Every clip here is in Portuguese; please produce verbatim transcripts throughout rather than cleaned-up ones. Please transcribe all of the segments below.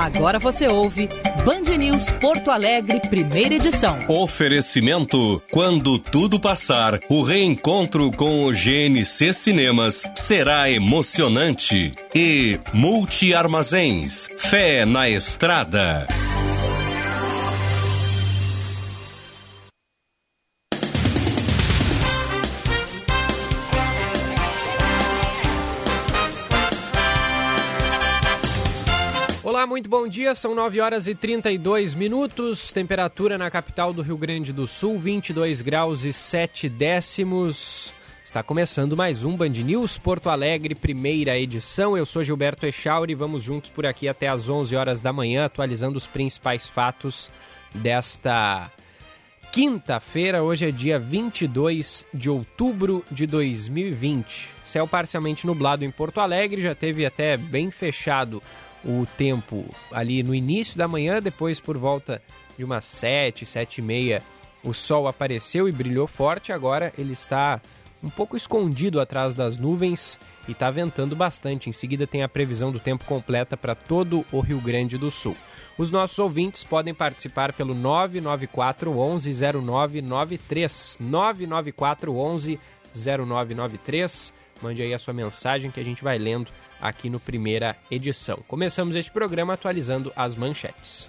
Agora você ouve Band News Porto Alegre, primeira edição. Oferecimento: quando tudo passar, o reencontro com o G N C Cinemas será emocionante. E Multi Armazéns, fé na estrada. Olá, muito bom dia, são nove horas e trinta e dois minutos, temperatura na capital do Rio Grande do Sul, vinte e dois graus e sete décimos. Está começando mais um Band News Porto Alegre, primeira edição. Eu sou Gilberto Echauri e vamos juntos por aqui até às onze horas da manhã, atualizando os principais fatos desta quinta-feira. Hoje é dia vinte e dois de outubro de dois mil e vinte. Céu parcialmente nublado em Porto Alegre, já teve até bem fechado o tempo ali no início da manhã, depois por volta de umas sete, sete e meia, o sol apareceu e brilhou forte. Agora ele está um pouco escondido atrás das nuvens e está ventando bastante. Em seguida tem a previsão do tempo completa para todo o Rio Grande do Sul. Os nossos ouvintes podem participar pelo nove nove quatro, onze, zero nove nove três, nove nove quatro, onze, zero nove nove três. Mande aí a sua mensagem que a gente vai lendo aqui no primeira edição. Começamos este programa atualizando as manchetes.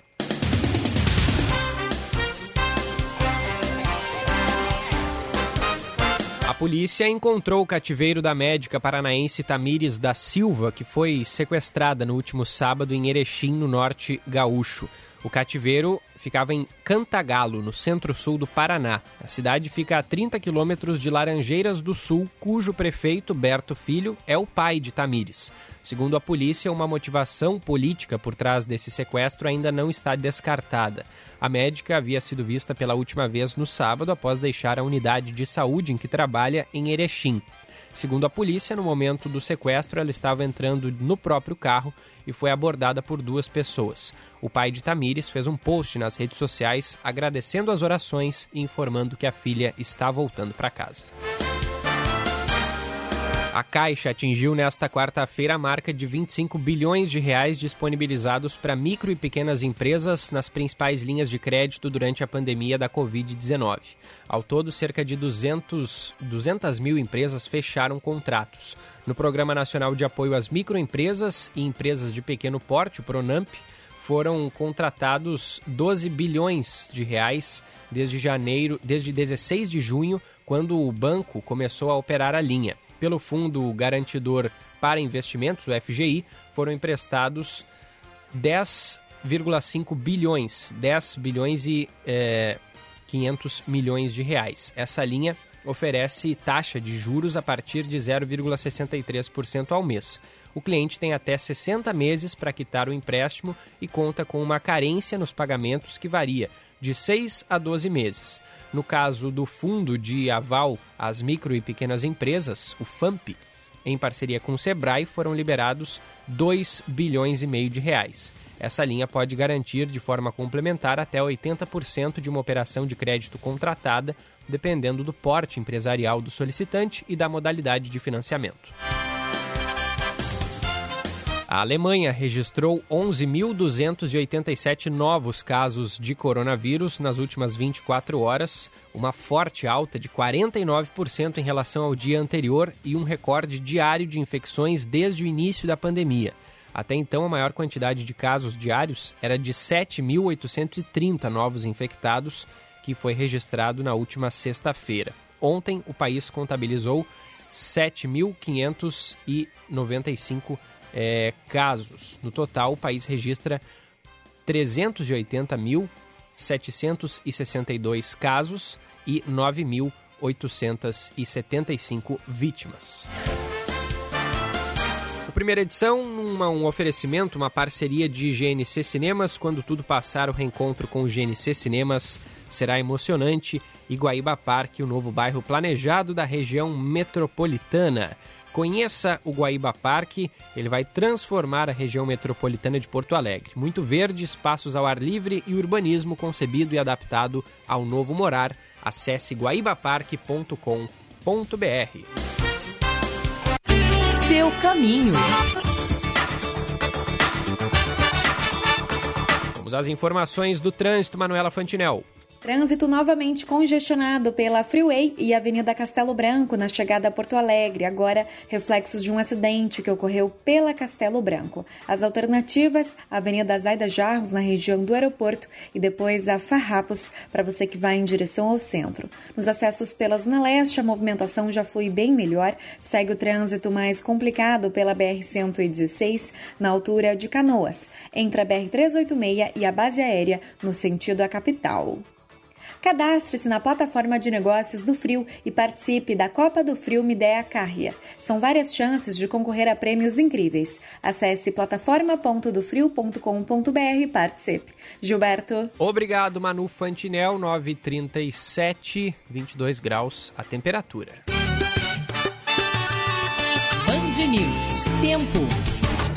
A polícia encontrou o cativeiro da médica paranaense Tamires da Silva, que foi sequestrada no último sábado em Erechim, no norte gaúcho. O cativeiro ficava em Cantagalo, no centro-sul do Paraná. A cidade fica a trinta quilômetros de Laranjeiras do Sul, cujo prefeito, Berto Filho, é o pai de Tamires. Segundo a polícia, uma motivação política por trás desse sequestro ainda não está descartada. A médica havia sido vista pela última vez no sábado, após deixar a unidade de saúde em que trabalha em Erechim. Segundo a polícia, no momento do sequestro, ela estava entrando no próprio carro e foi abordada por duas pessoas. O pai de Tamires fez um post nas redes sociais agradecendo as orações e informando que a filha está voltando para casa. A Caixa atingiu nesta quarta-feira a marca de vinte e cinco bilhões de reais disponibilizados para micro e pequenas empresas nas principais linhas de crédito durante a pandemia da covid dezenove. Ao todo, cerca de duzentas mil empresas fecharam contratos. No Programa Nacional de Apoio às Microempresas e Empresas de Pequeno Porte, o PRONAMP, foram contratados doze bilhões de reais desde janeiro, desde dezesseis de junho, quando o banco começou a operar a linha. Pelo Fundo Garantidor para Investimentos, o F G I, foram emprestados dez vírgula cinco bilhões, dez bilhões e é, quinhentos milhões de reais. Essa linha oferece taxa de juros a partir de zero vírgula sessenta e três por cento ao mês. O cliente tem até sessenta meses para quitar o empréstimo e conta com uma carência nos pagamentos que varia de seis a doze meses. No caso do Fundo de Aval às Micro e Pequenas Empresas, o FAMP, em parceria com o Sebrae, foram liberados dois bilhões e meio de reais. Essa linha pode garantir de forma complementar até oitenta por cento de uma operação de crédito contratada, dependendo do porte empresarial do solicitante e da modalidade de financiamento. A Alemanha registrou onze mil duzentos e oitenta e sete novos casos de coronavírus nas últimas vinte e quatro horas, uma forte alta de quarenta e nove por cento em relação ao dia anterior e um recorde diário de infecções desde o início da pandemia. Até então, a maior quantidade de casos diários era de sete mil oitocentos e trinta novos infectados, que foi registrado na última sexta-feira. Ontem, o país contabilizou sete mil quinhentos e noventa e cinco É, casos. No total, o país registra trezentos e oitenta mil setecentos e sessenta e dois casos e nove mil oitocentos e setenta e cinco vítimas. O primeira edição, uma, um oferecimento, uma parceria de G N C Cinemas. Quando tudo passar, o reencontro com o G N C Cinemas será emocionante. Iguaíba Parque, o novo bairro planejado da região metropolitana. Conheça o Guaíba Parque, ele vai transformar a região metropolitana de Porto Alegre. Muito verde, espaços ao ar livre e urbanismo concebido e adaptado ao novo morar. Acesse guaíba parque ponto com ponto b r. Seu caminho. às informações do trânsito, Manuela Fantinel. Trânsito novamente congestionado pela Freeway e Avenida Castelo Branco na chegada a Porto Alegre, agora reflexos de um acidente que ocorreu pela Castelo Branco. As alternativas, Avenida Zaida Jarros na região do aeroporto e depois a Farrapos para você que vai em direção ao centro. Nos acessos pela Zona Leste, a movimentação já flui bem melhor, segue o trânsito mais complicado pela B R cento e dezesseis na altura de Canoas, entre a B R trezentos e oitenta e seis e a base aérea no sentido à capital. Cadastre-se na plataforma de negócios do Frio e participe da Copa do Frio Midea Carria. São várias chances de concorrer a prêmios incríveis. Acesse plataforma ponto do frio ponto com ponto b r e participe. Gilberto. Obrigado, Manu Fantinel. nove e trinta e sete, vinte e dois graus a temperatura. Band News. Tempo.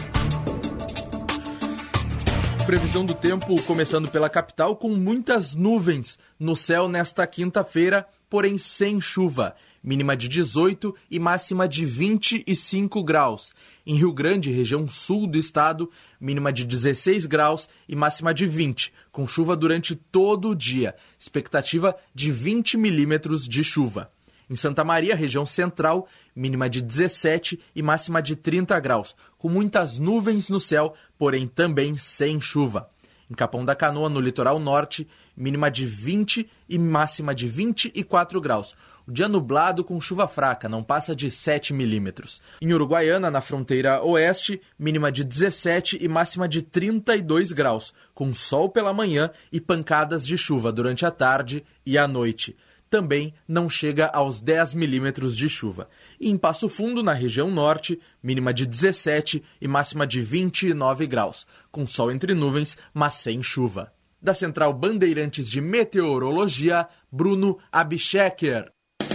Previsão do tempo começando pela capital com muitas nuvens no céu nesta quinta-feira, porém sem chuva. Mínima de dezoito e máxima de vinte e cinco graus. Em Rio Grande, região sul do estado, mínima de dezesseis graus e máxima de vinte, com chuva durante todo o dia. Expectativa de vinte milímetros de chuva. Em Santa Maria, região central, mínima de dezessete e máxima de trinta graus, com muitas nuvens no céu, porém também sem chuva. Em Capão da Canoa, no litoral norte, mínima de vinte e máxima de vinte e quatro graus. O dia nublado com chuva fraca, não passa de sete milímetros. Em Uruguaiana, na fronteira oeste, mínima de dezessete e máxima de trinta e dois graus, com sol pela manhã e pancadas de chuva durante a tarde e a noite. Também não chega aos dez milímetros de chuva. E em Passo Fundo, na região norte, mínima de dezessete e máxima de vinte e nove graus, com sol entre nuvens, mas sem chuva. Da Central Bandeirantes de Meteorologia, Bruno Abchecker.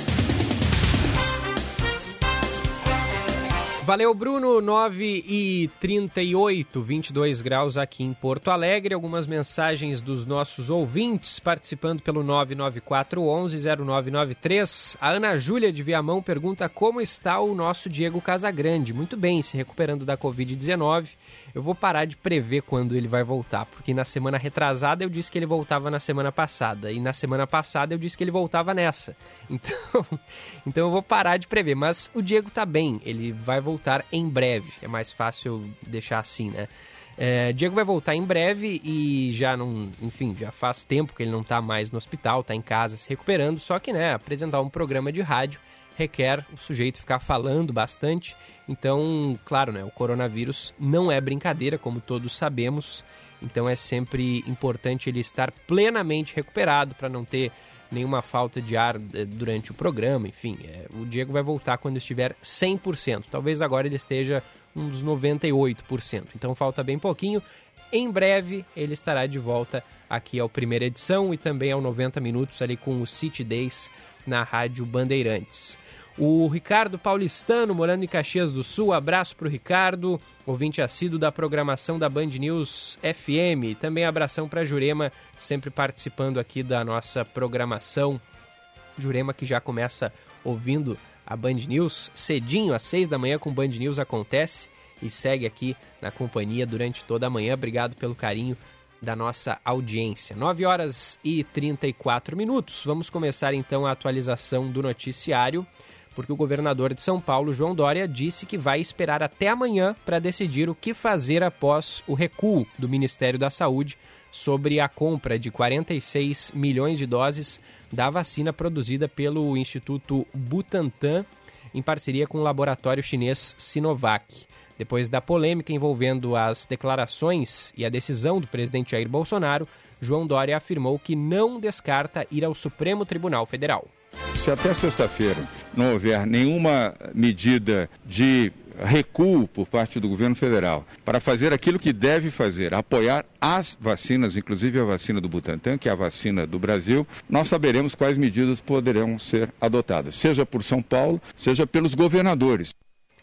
Valeu, Bruno. nove e trinta e oito, vinte e dois graus aqui em Porto Alegre. Algumas mensagens dos nossos ouvintes participando pelo nove nove quatro um um zero nove nove três. A Ana Júlia de Viamão pergunta como está o nosso Diego Casagrande. Muito bem, se recuperando da covid dezenove. Eu vou parar de prever quando ele vai voltar, porque na semana retrasada eu disse que ele voltava na semana passada, e na semana passada eu disse que ele voltava nessa. Então, então eu vou parar de prever, mas o Diego tá bem, ele vai voltar em breve, é mais fácil eu deixar assim, né? É, Diego vai voltar em breve e já não, enfim, já faz tempo que ele não tá mais no hospital, tá em casa se recuperando, só que, né, apresentar um programa de rádio requer o sujeito ficar falando bastante. Então, claro, né, o coronavírus não é brincadeira, como todos sabemos. Então é sempre importante ele estar plenamente recuperado para não ter nenhuma falta de ar durante o programa. Enfim, é, o Diego vai voltar quando estiver cem por cento. Talvez agora ele esteja uns noventa e oito por cento. Então falta bem pouquinho. Em breve ele estará de volta aqui ao Primeira Edição e também ao noventa Minutos ali com o City Days na Rádio Bandeirantes. O Ricardo Paulistano, morando em Caxias do Sul, abraço para o Ricardo, ouvinte assíduo da programação da Band News F M. Também abração para a Jurema, sempre participando aqui da nossa programação. Jurema que já começa ouvindo a Band News cedinho, às seis da manhã com Band News Acontece, e segue aqui na companhia durante toda a manhã. Obrigado pelo carinho da nossa audiência. nove horas e trinta e quatro minutos. Vamos começar então a atualização do noticiário, porque o governador de São Paulo, João Dória, disse que vai esperar até amanhã para decidir o que fazer após o recuo do Ministério da Saúde sobre a compra de quarenta e seis milhões de doses da vacina produzida pelo Instituto Butantan, em parceria com o laboratório chinês Sinovac. Depois da polêmica envolvendo as declarações e a decisão do presidente Jair Bolsonaro, João Dória afirmou que não descarta ir ao Supremo Tribunal Federal. Se até sexta-feira não houver nenhuma medida de recuo por parte do governo federal para fazer aquilo que deve fazer, apoiar as vacinas, inclusive a vacina do Butantan, que é a vacina do Brasil, nós saberemos quais medidas poderão ser adotadas, seja por São Paulo, seja pelos governadores.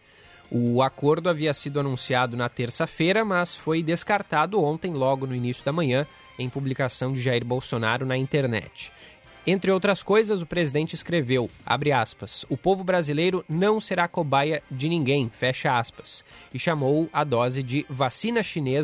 O acordo havia sido anunciado na terça-feira, mas foi descartado ontem, logo no início da manhã, em publicação de Jair Bolsonaro na internet. Entre outras coisas, o presidente escreveu, abre aspas, o povo brasileiro não será cobaia de ninguém, fecha aspas, e chamou a dose de vacina chinesa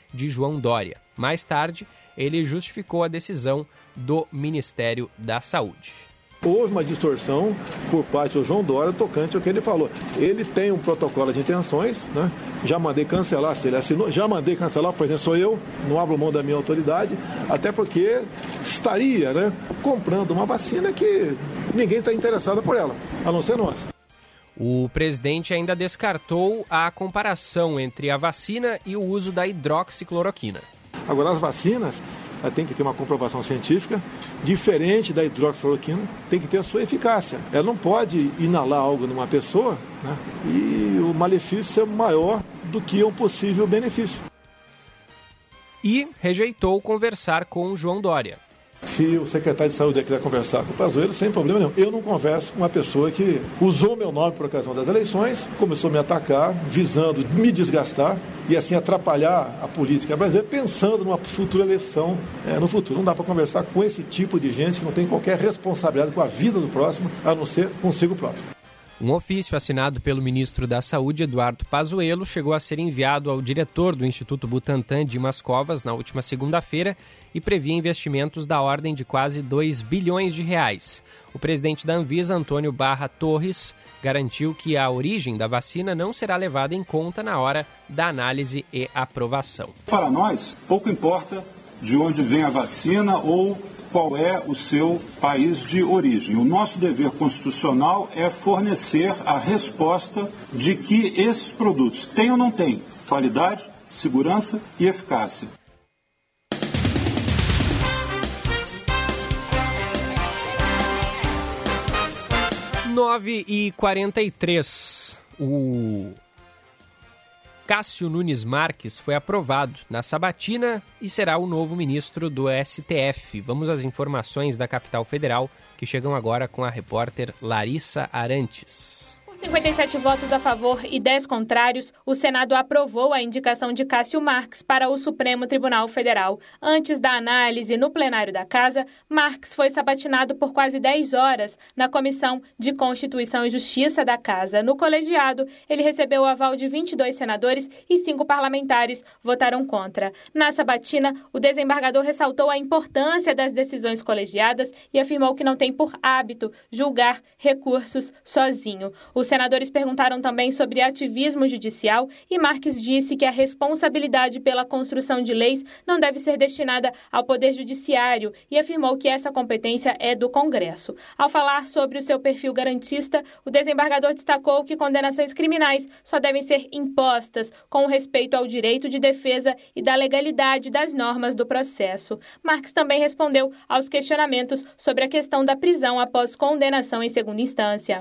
de João Dória. Mais tarde, ele justificou a decisão do Ministério da Saúde. Houve uma distorção por parte do João Dória tocante ao que ele falou. Ele tem um protocolo de intenções, né? Já mandei cancelar, se ele assinou, já mandei cancelar, por exemplo, sou eu, não abro mão da minha autoridade, até porque estaria, né, comprando uma vacina que ninguém está interessado por ela, a não ser nós. O presidente ainda descartou a comparação entre a vacina e o uso da hidroxicloroquina. Agora, as vacinas tem que ter uma comprovação científica, diferente da hidroxicloroquina, tem que ter a sua eficácia. Ela não pode inalar algo numa pessoa, né, e o malefício é maior do que um possível benefício. E rejeitou conversar com João Dória. Se o secretário de saúde quiser conversar com o Pazuello, sem problema nenhum. Eu não converso com uma pessoa que usou meu nome por ocasião das eleições, começou a me atacar, visando me desgastar e assim atrapalhar a política brasileira, pensando numa futura eleição é, no futuro. Não dá para conversar com esse tipo de gente que não tem qualquer responsabilidade com a vida do próximo, a não ser consigo próprio. Um ofício assinado pelo ministro da Saúde, Eduardo Pazuello, chegou a ser enviado ao diretor do Instituto Butantan, Dimas Covas, na última segunda-feira e previa investimentos da ordem de quase dois bilhões de reais. O presidente da Anvisa, Antônio Barra Torres, garantiu que a origem da vacina não será levada em conta na hora da análise e aprovação. Para nós, pouco importa de onde vem a vacina ou qual é o seu país de origem. O nosso dever constitucional é fornecer a resposta de que esses produtos têm ou não têm qualidade, segurança e eficácia. nove e quarenta e três. O Cássio Nunes Marques foi aprovado na sabatina e será o novo ministro do S T F. Vamos às informações da capital federal, que chegam agora com a repórter Larissa Arantes. Com cinquenta e sete votos a favor e dez contrários, o Senado aprovou a indicação de Cássio Marques para o Supremo Tribunal Federal. Antes da análise no plenário da Casa, Marques foi sabatinado por quase dez horas na Comissão de Constituição e Justiça da Casa. No colegiado, ele recebeu o aval de vinte e dois senadores e cinco parlamentares votaram contra. Na sabatina, o desembargador ressaltou a importância das decisões colegiadas e afirmou que não tem por hábito julgar recursos sozinho. Os senadores perguntaram também sobre ativismo judicial e Marques disse que a responsabilidade pela construção de leis não deve ser destinada ao Poder Judiciário e afirmou que essa competência é do Congresso. Ao falar sobre o seu perfil garantista, o desembargador destacou que condenações criminais só devem ser impostas com respeito ao direito de defesa e da legalidade das normas do processo. Marques também respondeu aos questionamentos sobre a questão da prisão após condenação em segunda instância.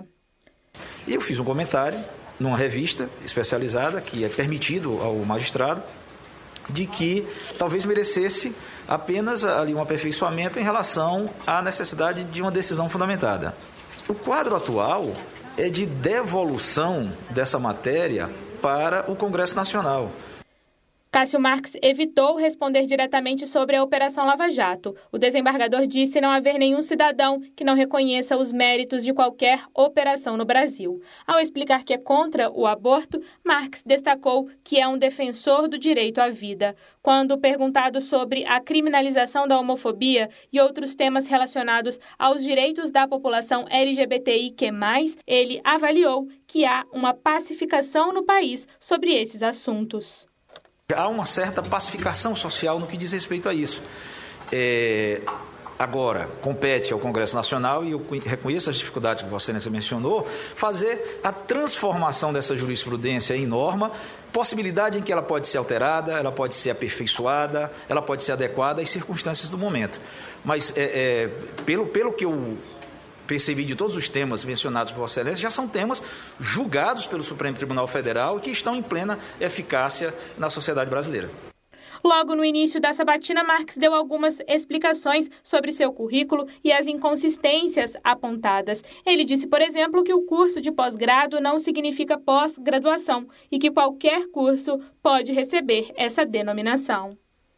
E eu fiz um comentário numa revista especializada, que é permitido ao magistrado, de que talvez merecesse apenas ali um aperfeiçoamento em relação à necessidade de uma decisão fundamentada. O quadro atual é de devolução dessa matéria para o Congresso Nacional. Cássio Marques evitou responder diretamente sobre a Operação Lava Jato. O desembargador disse não haver nenhum cidadão que não reconheça os méritos de qualquer operação no Brasil. Ao explicar que é contra o aborto, Marques destacou que é um defensor do direito à vida. Quando perguntado sobre a criminalização da homofobia e outros temas relacionados aos direitos da população L G B T I Q mais, ele avaliou que há uma pacificação no país sobre esses assuntos. Há uma certa pacificação social no que diz respeito a isso. É, agora, compete ao Congresso Nacional, e eu reconheço as dificuldades que Vossa Excelência mencionou, fazer a transformação dessa jurisprudência em norma, possibilidade em que ela pode ser alterada, ela pode ser aperfeiçoada, ela pode ser adequada às circunstâncias do momento. Mas, é, é, pelo, pelo que eu percebi de todos os temas mencionados por Vossa Excelência, já são temas julgados pelo Supremo Tribunal Federal e que estão em plena eficácia na sociedade brasileira. Logo no início da sabatina, Marques deu algumas explicações sobre seu currículo e as inconsistências apontadas. Ele disse, por exemplo, que o curso de pós-grado não significa pós-graduação e que qualquer curso pode receber essa denominação.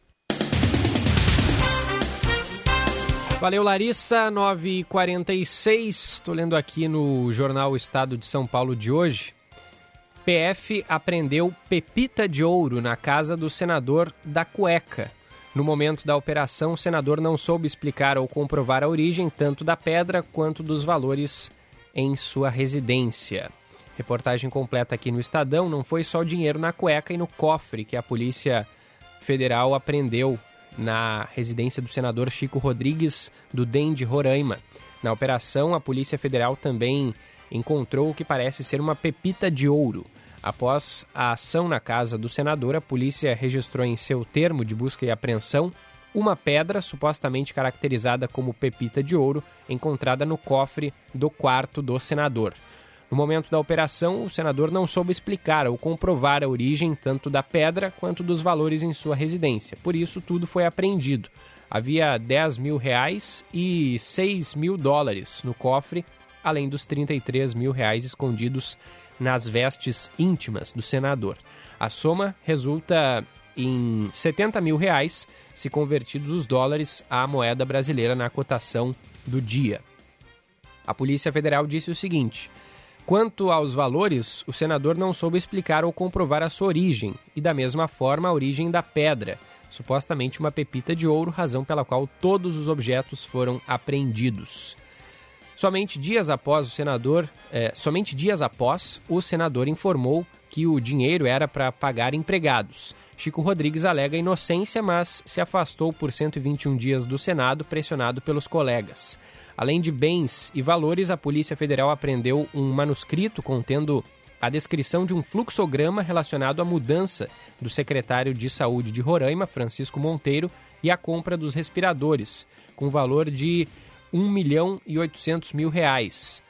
Valeu, Larissa. nove e quarenta e seis. Estou lendo aqui no jornal Estado de São Paulo de hoje P F apreendeu pepita de ouro na casa do senador da cueca. No momento da operação, o senador não soube explicar ou comprovar a origem tanto da pedra quanto dos valores em sua residência. Reportagem completa aqui no Estadão. Não foi só o dinheiro na cueca e no cofre que a Polícia Federal apreendeu na residência do senador Chico Rodrigues, do D E M de Roraima. Na operação, a Polícia Federal também encontrou o que parece ser uma pepita de ouro. Após a ação na casa do senador, a polícia registrou em seu termo de busca e apreensão uma pedra supostamente caracterizada como pepita de ouro encontrada no cofre do quarto do senador. No momento da operação, o senador não soube explicar ou comprovar a origem tanto da pedra quanto dos valores em sua residência. Por isso, tudo foi apreendido. Havia dez mil reais e seis mil dólares no cofre, além dos trinta e três mil reais escondidos nas vestes íntimas do senador. A soma resulta em setenta mil reais, se convertidos os dólares à moeda brasileira na cotação do dia. A Polícia Federal disse o seguinte: quanto aos valores, o senador não soube explicar ou comprovar a sua origem, e da mesma forma a origem da pedra, supostamente uma pepita de ouro, razão pela qual todos os objetos foram apreendidos. Somente dias após o senador, eh, somente dias após, o senador informou que o dinheiro era para pagar empregados. Chico Rodrigues alega inocência, mas se afastou por cento e vinte e um dias do Senado, pressionado pelos colegas. Além de bens e valores, a Polícia Federal apreendeu um manuscrito contendo a descrição de um fluxograma relacionado à mudança do secretário de Saúde de Roraima, Francisco Monteiro, e a compra dos respiradores, com valor de um milhão e oitocentos mil reais.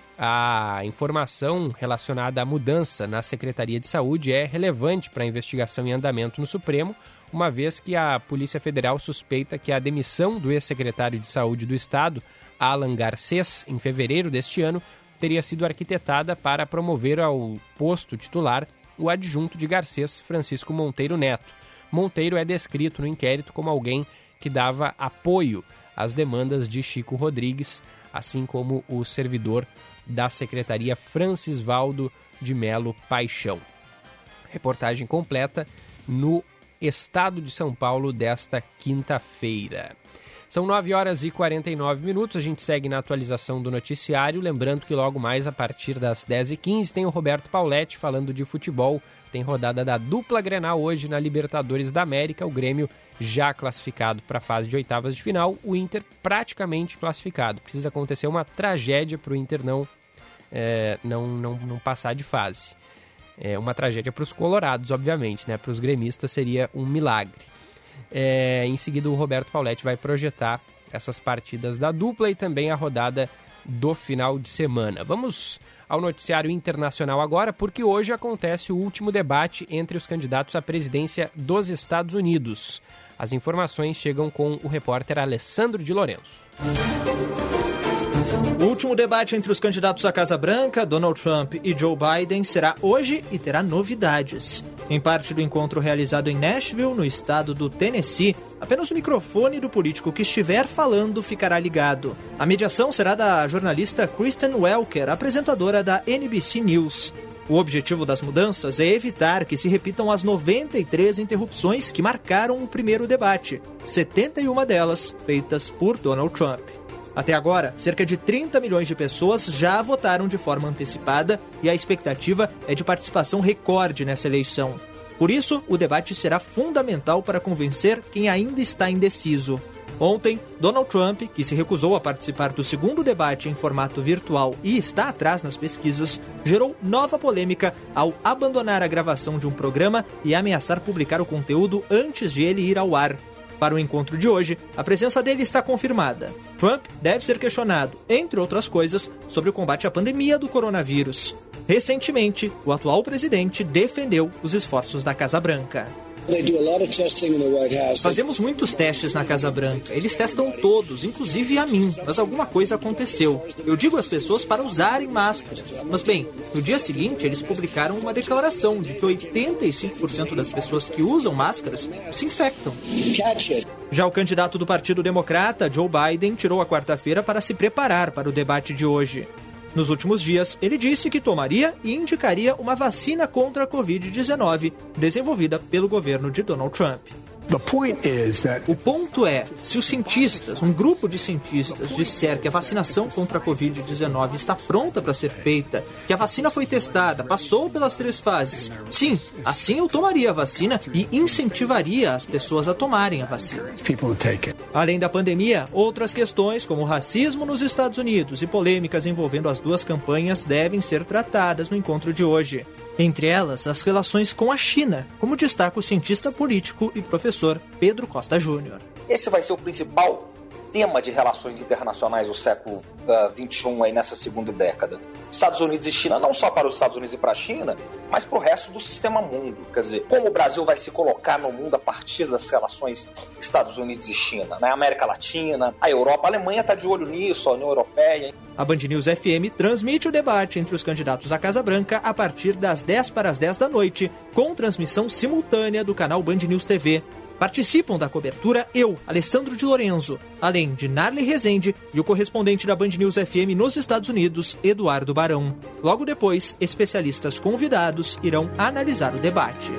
A informação relacionada à mudança na Secretaria de Saúde é relevante para a investigação em andamento no Supremo, uma vez que a Polícia Federal suspeita que a demissão do ex-secretário de Saúde do Estado, Alan Garcês, em fevereiro deste ano, teria sido arquitetada para promover ao posto titular o adjunto de Garcês, Francisco Monteiro Neto. Monteiro é descrito no inquérito como alguém que dava apoio às demandas de Chico Rodrigues, assim como o servidor da Secretaria Francisvaldo de Melo Paixão. Reportagem completa no Estado de São Paulo desta quinta-feira. São nove horas e quarenta e nove minutos, a gente segue na atualização do noticiário, lembrando que logo mais a partir das dez e quinze tem o Roberto Pauletti falando de futebol, tem rodada da dupla Grenal hoje na Libertadores da América, o Grêmio já classificado para a fase de oitavas de final, o Inter praticamente classificado, precisa acontecer uma tragédia para o Inter não, é, não, não, não passar de fase. É uma tragédia para os colorados, obviamente, né? Para os gremistas seria um milagre. É, em seguida o Roberto Pauletti vai projetar essas partidas da dupla e também a rodada do final de semana. Vamos ao noticiário internacional agora, porque hoje acontece o último debate entre os candidatos à presidência dos Estados Unidos. As informações chegam com o repórter Alessandro de Lourenço. O último debate entre os candidatos à Casa Branca, Donald Trump e Joe Biden, será hoje e terá novidades. Em parte do encontro realizado em Nashville, no estado do Tennessee, apenas o microfone do político que estiver falando ficará ligado. A mediação será da jornalista Kristen Welker, apresentadora da N B C News. O objetivo das mudanças é evitar que se repitam as noventa e três interrupções que marcaram o primeiro debate, setenta e uma delas feitas por Donald Trump. Até agora, cerca de trinta milhões de pessoas já votaram de forma antecipada e a expectativa é de participação recorde nessa eleição. Por isso, o debate será fundamental para convencer quem ainda está indeciso. Ontem, Donald Trump, que se recusou a participar do segundo debate em formato virtual e está atrás nas pesquisas, gerou nova polêmica ao abandonar a gravação de um programa e ameaçar publicar o conteúdo antes de ele ir ao ar. Para o encontro de hoje, a presença dele está confirmada. Trump deve ser questionado, entre outras coisas, sobre o combate à pandemia do coronavírus. Recentemente, o atual presidente defendeu os esforços da Casa Branca. Fazemos muitos testes na Casa Branca. Eles testam todos, inclusive a mim, mas alguma coisa aconteceu. Eu digo às pessoas para usarem máscaras. Mas bem, no dia seguinte eles publicaram uma declaração de que oitenta e cinco por cento das pessoas que usam máscaras se infectam. Já o candidato do Partido Democrata, Joe Biden, tirou a quarta-feira para se preparar para o debate de hoje. Nos últimos dias, ele disse que tomaria e indicaria uma vacina contra a covid dezenove, desenvolvida pelo governo de Donald Trump. O ponto é, se os cientistas, um grupo de cientistas, disser que a vacinação contra a covid dezenove está pronta para ser feita, que a vacina foi testada, passou pelas três fases, sim, assim eu tomaria a vacina e incentivaria as pessoas a tomarem a vacina. Além da pandemia, outras questões como o racismo nos Estados Unidos e polêmicas envolvendo as duas campanhas devem ser tratadas no encontro de hoje. Entre elas, as relações com a China, como destaca o cientista político e professor Pedro Costa Júnior. Esse vai ser o principal tema de relações internacionais do século uh, vinte e um, aí nessa segunda década. Estados Unidos e China, não só para os Estados Unidos e para a China, mas para o resto do sistema mundo. Quer dizer, como o Brasil vai se colocar no mundo a partir das relações Estados Unidos e China, né? A América Latina, a Europa, a Alemanha está de olho nisso, a União Europeia. A Band News F M transmite o debate entre os candidatos à Casa Branca a partir das dez para as dez da noite, com transmissão simultânea do canal Band News T V. Participam da cobertura eu, Alessandro de Lorenzo, além de Narley Rezende e o correspondente da Band News F M nos Estados Unidos, Eduardo Barão. Logo depois, especialistas convidados irão analisar o debate.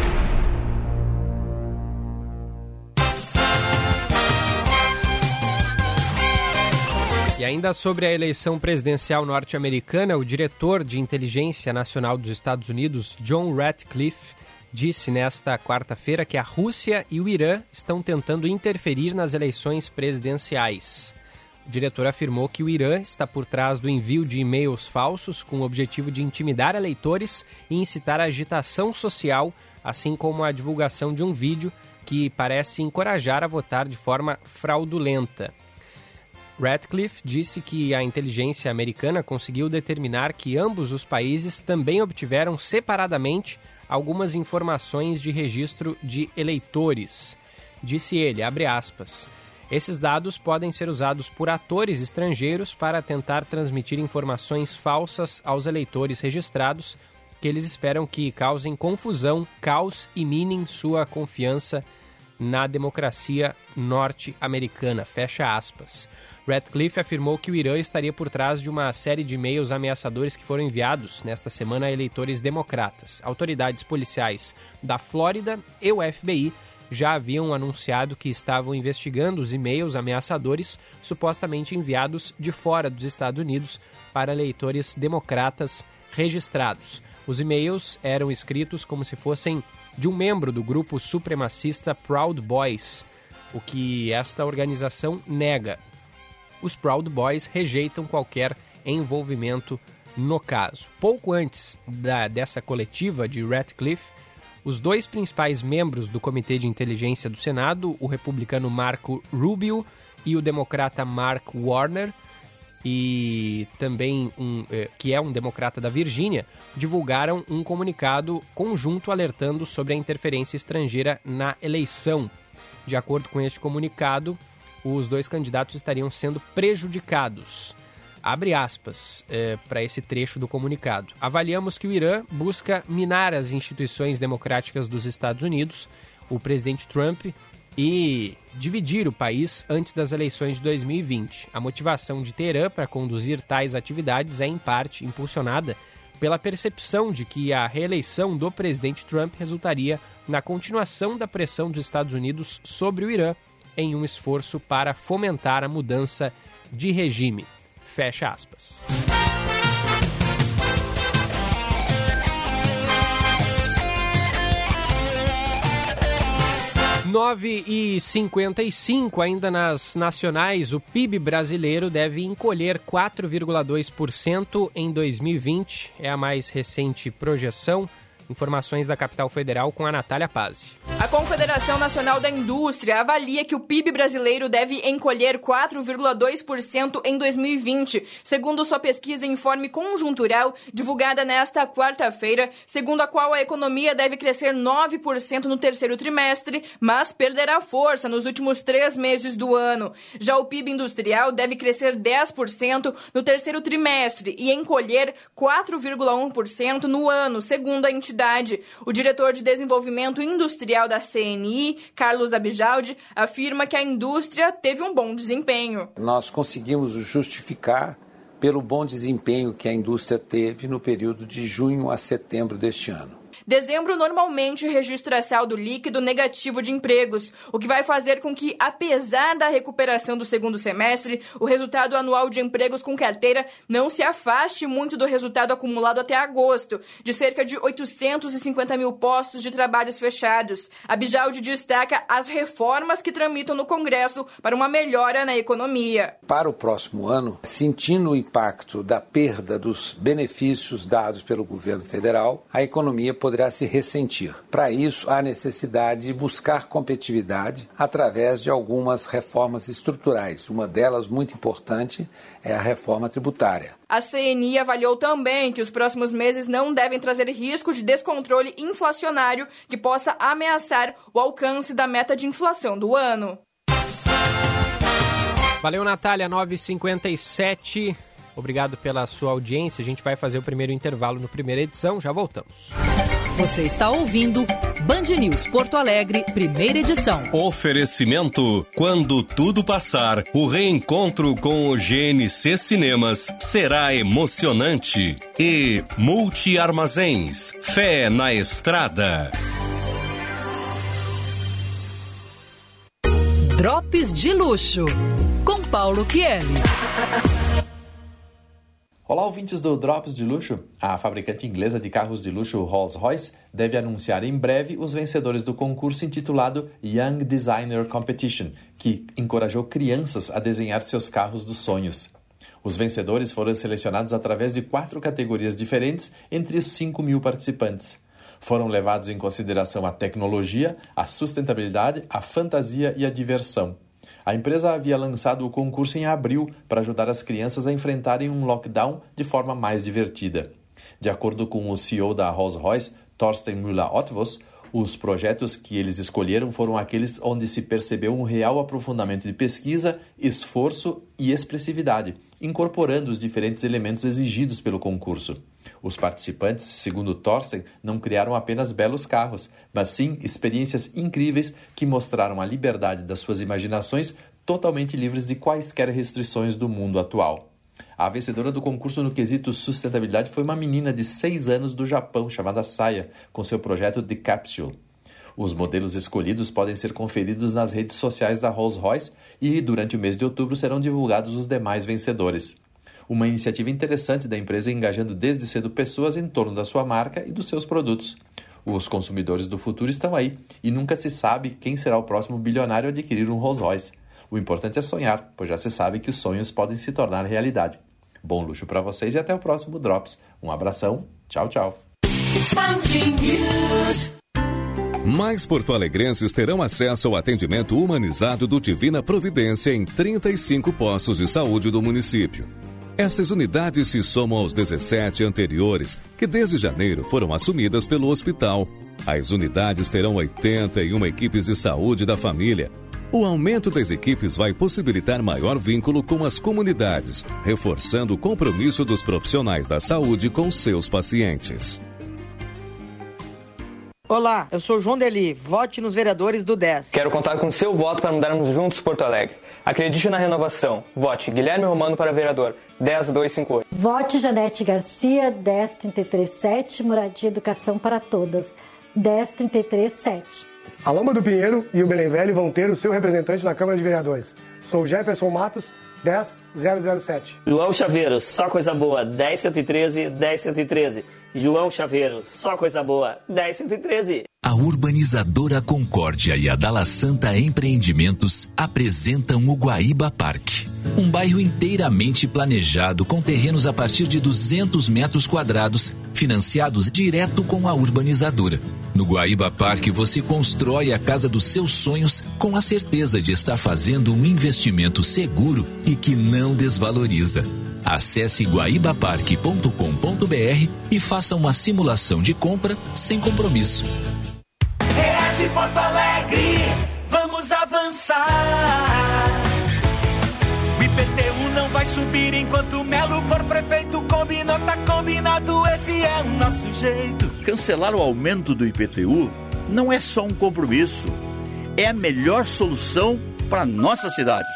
E ainda sobre a eleição presidencial norte-americana, o diretor de inteligência nacional dos Estados Unidos, John Ratcliffe, disse nesta quarta-feira que a Rússia e o Irã estão tentando interferir nas eleições presidenciais. O diretor afirmou que o Irã está por trás do envio de e-mails falsos com o objetivo de intimidar eleitores e incitar a agitação social, assim como a divulgação de um vídeo que parece encorajar a votar de forma fraudulenta. Ratcliffe disse que a inteligência americana conseguiu determinar que ambos os países também obtiveram separadamente algumas informações de registro de eleitores. Disse ele, abre aspas, esses dados podem ser usados por atores estrangeiros para tentar transmitir informações falsas aos eleitores registrados que eles esperam que causem confusão, caos e minem sua confiança na democracia norte-americana. Fecha aspas. Ratcliffe afirmou que o Irã estaria por trás de uma série de e-mails ameaçadores que foram enviados nesta semana a eleitores democratas. Autoridades policiais da Flórida e o F B I já haviam anunciado que estavam investigando os e-mails ameaçadores supostamente enviados de fora dos Estados Unidos para eleitores democratas registrados. Os e-mails eram escritos como se fossem de um membro do grupo supremacista Proud Boys, o que esta organização nega. Os Proud Boys rejeitam qualquer envolvimento no caso. Pouco antes da, dessa coletiva de Ratcliffe, os dois principais membros do Comitê de Inteligência do Senado, o republicano Marco Rubio e o democrata Mark Warner, e também um, que é um democrata da Virgínia, divulgaram um comunicado conjunto alertando sobre a interferência estrangeira na eleição. De acordo com este comunicado, os dois candidatos estariam sendo prejudicados. Abre aspas é, para esse trecho do comunicado. Avaliamos que o Irã busca minar as instituições democráticas dos Estados Unidos, o presidente Trump, e dividir o país antes das eleições de dois mil e vinte. A motivação de Teherã para conduzir tais atividades é, em parte, impulsionada pela percepção de que a reeleição do presidente Trump resultaria na continuação da pressão dos Estados Unidos sobre o Irã em um esforço para fomentar a mudança de regime. Fecha aspas. nove e cinquenta e cinco, ainda nas nacionais, o P I B brasileiro deve encolher quatro vírgula dois por cento em dois mil e vinte. É a mais recente projeção. Informações da Capital Federal com a Natália Pazzi. A Confederação Nacional da Indústria avalia que o P I B brasileiro deve encolher quatro vírgula dois por cento em dois mil e vinte, segundo sua pesquisa Informe Conjuntural, divulgada nesta quarta-feira, segundo a qual a economia deve crescer nove por cento no terceiro trimestre, mas perderá força nos últimos três meses do ano. Já o P I B industrial deve crescer dez por cento no terceiro trimestre e encolher quatro vírgula um por cento no ano, segundo a entidade. O diretor de Desenvolvimento Industrial da C N I, Carlos Abijaldi, afirma que a indústria teve um bom desempenho. Nós conseguimos justificar pelo bom desempenho que a indústria teve no período de junho a setembro deste ano. Dezembro normalmente registra saldo líquido negativo de empregos, o que vai fazer com que, apesar da recuperação do segundo semestre, o resultado anual de empregos com carteira não se afaste muito do resultado acumulado até agosto, de cerca de oitocentos e cinquenta mil postos de trabalhos fechados. A Bijaldi destaca as reformas que tramitam no Congresso para uma melhora na economia. Para o próximo ano, sentindo o impacto da perda dos benefícios dados pelo governo federal, a economia poderá poderá se ressentir. Para isso, há necessidade de buscar competitividade através de algumas reformas estruturais. Uma delas, muito importante, é a reforma tributária. A C N I avaliou também que os próximos meses não devem trazer risco de descontrole inflacionário que possa ameaçar o alcance da meta de inflação do ano. Valeu, Natália, nove e cinquenta e sete. Obrigado pela sua audiência. A gente vai fazer o primeiro intervalo no primeira edição. Já voltamos. Você está ouvindo Band News Porto Alegre, primeira edição. Oferecimento: quando tudo passar, o reencontro com o G N C Cinemas será emocionante. E Multi Armazéns, fé na estrada. Drops de luxo, com Paulo Chieli. Olá, ouvintes do Drops de Luxo. A fabricante inglesa de carros de luxo Rolls-Royce deve anunciar em breve os vencedores do concurso intitulado Young Designer Competition, que encorajou crianças a desenhar seus carros dos sonhos. Os vencedores foram selecionados através de quatro categorias diferentes entre os cinco mil participantes. Foram levados em consideração a tecnologia, a sustentabilidade, a fantasia e a diversão. A empresa havia lançado o concurso em abril para ajudar as crianças a enfrentarem um lockdown de forma mais divertida. De acordo com o C E O da Rolls-Royce, Thorsten Müller-Ottwos, os projetos que eles escolheram foram aqueles onde se percebeu um real aprofundamento de pesquisa, esforço e expressividade, incorporando os diferentes elementos exigidos pelo concurso. Os participantes, segundo Thorsten, não criaram apenas belos carros, mas sim experiências incríveis que mostraram a liberdade das suas imaginações totalmente livres de quaisquer restrições do mundo atual. A vencedora do concurso no quesito sustentabilidade foi uma menina de seis anos do Japão, chamada Saya, com seu projeto The Capsule. Os modelos escolhidos podem ser conferidos nas redes sociais da Rolls-Royce e, durante o mês de outubro, serão divulgados os demais vencedores. Uma iniciativa interessante da empresa engajando desde cedo pessoas em torno da sua marca e dos seus produtos. Os consumidores do futuro estão aí e nunca se sabe quem será o próximo bilionário a adquirir um Rolls-Royce. O importante é sonhar, pois já se sabe que os sonhos podem se tornar realidade. Bom luxo para vocês e até o próximo Drops. Um abração, tchau, tchau. Mais porto-alegrenses terão acesso ao atendimento humanizado do Divina Providência em trinta e cinco postos de saúde do município. Essas unidades se somam aos dezessete anteriores, que desde janeiro foram assumidas pelo hospital. As unidades terão oitenta e uma equipes de saúde da família. O aumento das equipes vai possibilitar maior vínculo com as comunidades, reforçando o compromisso dos profissionais da saúde com seus pacientes. Olá, eu sou João Deli. Vote nos vereadores do dez. Quero contar com seu voto para mudarmos juntos Porto Alegre. Acredite na renovação. Vote Guilherme Romano para vereador, dez dois cinco oito. Vote Janete Garcia, dez trinta e três sete, Moradia e Educação para Todas, dez trinta e três sete. A Loma do Pinheiro e o Belém Velho vão ter o seu representante na Câmara de Vereadores. Sou Jefferson Matos, dez zero zero sete. João Chaveiro, só coisa boa, dez cento e treze, dez cento e treze. João Chaveiro, só coisa boa, dez cento e treze. A urbanizadora Concórdia e a Dalla Santa Empreendimentos apresentam o Guaíba Parque. Um bairro inteiramente planejado com terrenos a partir de duzentos metros quadrados, financiados direto com a urbanizadora. No Guaíba Parque você constrói a casa dos seus sonhos com a certeza de estar fazendo um investimento seguro e que não desvaloriza. Acesse guaíba parque ponto com ponto b r e faça uma simulação de compra sem compromisso. Reage Porto Alegre, vamos avançar. O I P T U não vai subir enquanto o Melo for prefeito. Combinou, tá combinado, esse é o nosso jeito. Cancelar o aumento do I P T U não é só um compromisso, é a melhor solução para nossa cidade.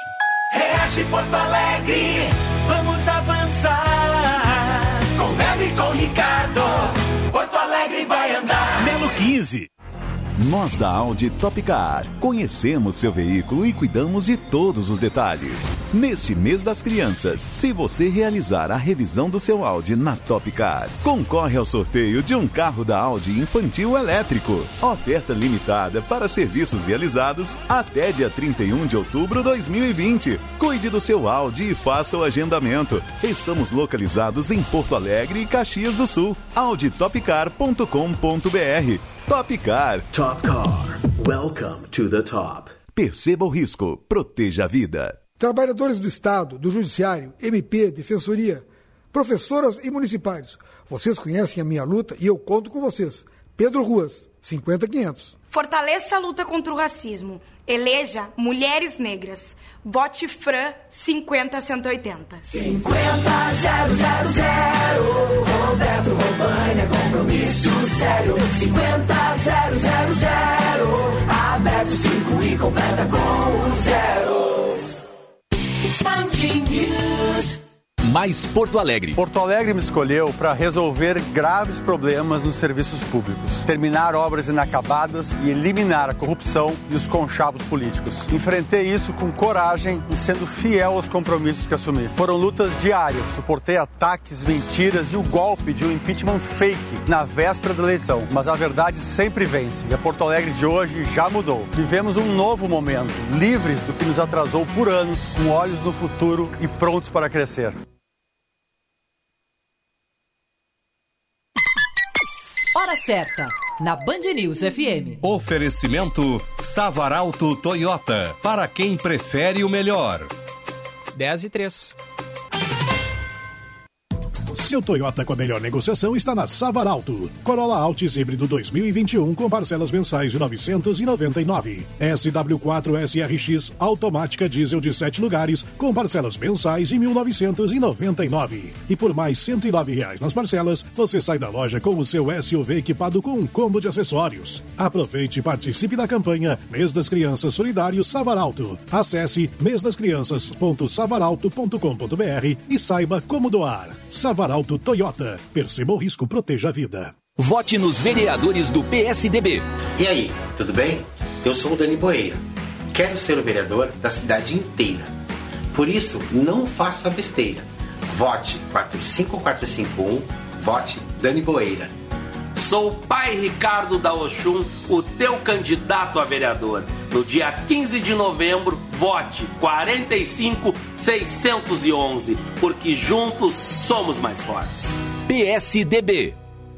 Reage Porto Alegre, vamos avançar. Com Melo e com Ricardo, Porto Alegre vai andar. Melo quinze. Nós da Audi Top Car conhecemos seu veículo e cuidamos de todos os detalhes. Neste mês das crianças, se você realizar a revisão do seu Audi na Top Car, concorre ao sorteio de um carro da Audi infantil elétrico. Oferta limitada para serviços realizados até dia trinta e um de outubro de dois mil e vinte. Cuide do seu Audi e faça o agendamento. Estamos localizados em Porto Alegre e Caxias do Sul. audi top car ponto com ponto b r. Top Car. Top Car. Welcome to the top. Perceba o risco. Proteja a vida. Trabalhadores do Estado, do Judiciário, M P, Defensoria, professoras e municipários. Vocês conhecem a minha luta e eu conto com vocês. Pedro Ruas, cinquenta quinhentos. Fortaleça a luta contra o racismo. Eleja mulheres negras. Vote Fran cinquenta cento e oitenta. cinquenta zero zero zero. Roberto Romaina, compromisso sério. cinquenta zero zero zero. Aberto cinco e completa com zeros. Band News. Mais Porto Alegre. Porto Alegre me escolheu para resolver graves problemas nos serviços públicos, terminar obras inacabadas e eliminar a corrupção e os conchavos políticos. Enfrentei isso com coragem e sendo fiel aos compromissos que assumi. Foram lutas diárias, suportei ataques, mentiras e o golpe de um impeachment fake na véspera da eleição. Mas a verdade sempre vence e a Porto Alegre de hoje já mudou. Vivemos um novo momento, livres do que nos atrasou por anos, com olhos no futuro e prontos para crescer. Hora certa, na Band News F M. Oferecimento Savaralto Toyota, para quem prefere o melhor. dez e três. Seu Toyota com a melhor negociação está na Savaralto. Corolla Altis híbrido dois mil e vinte e um com parcelas mensais de novecentos e noventa e nove. S W quatro S R X automática diesel de sete lugares com parcelas mensais de mil novecentos e noventa e nove. E por mais cento e nove reais nas parcelas, você sai da loja com o seu S U V equipado com um combo de acessórios. Aproveite e participe da campanha Mês das Crianças Solidário Savaralto. Acesse mês das crianças ponto savaralto ponto com ponto b r e saiba como doar. Savaralto Toyota. Perceba o risco, proteja a vida. Vote nos vereadores do P S D B. E aí, tudo bem? Eu sou o Dani Boeira. Quero ser o vereador da cidade inteira. Por isso, não faça besteira. Vote quatro cinco quatro cinco um, vote Dani Boeira. Sou o pai Ricardo da Oxum, o teu candidato a vereador. No dia quinze de novembro, vote quarenta e cinco seiscentos e onze, porque juntos somos mais fortes. P S D B.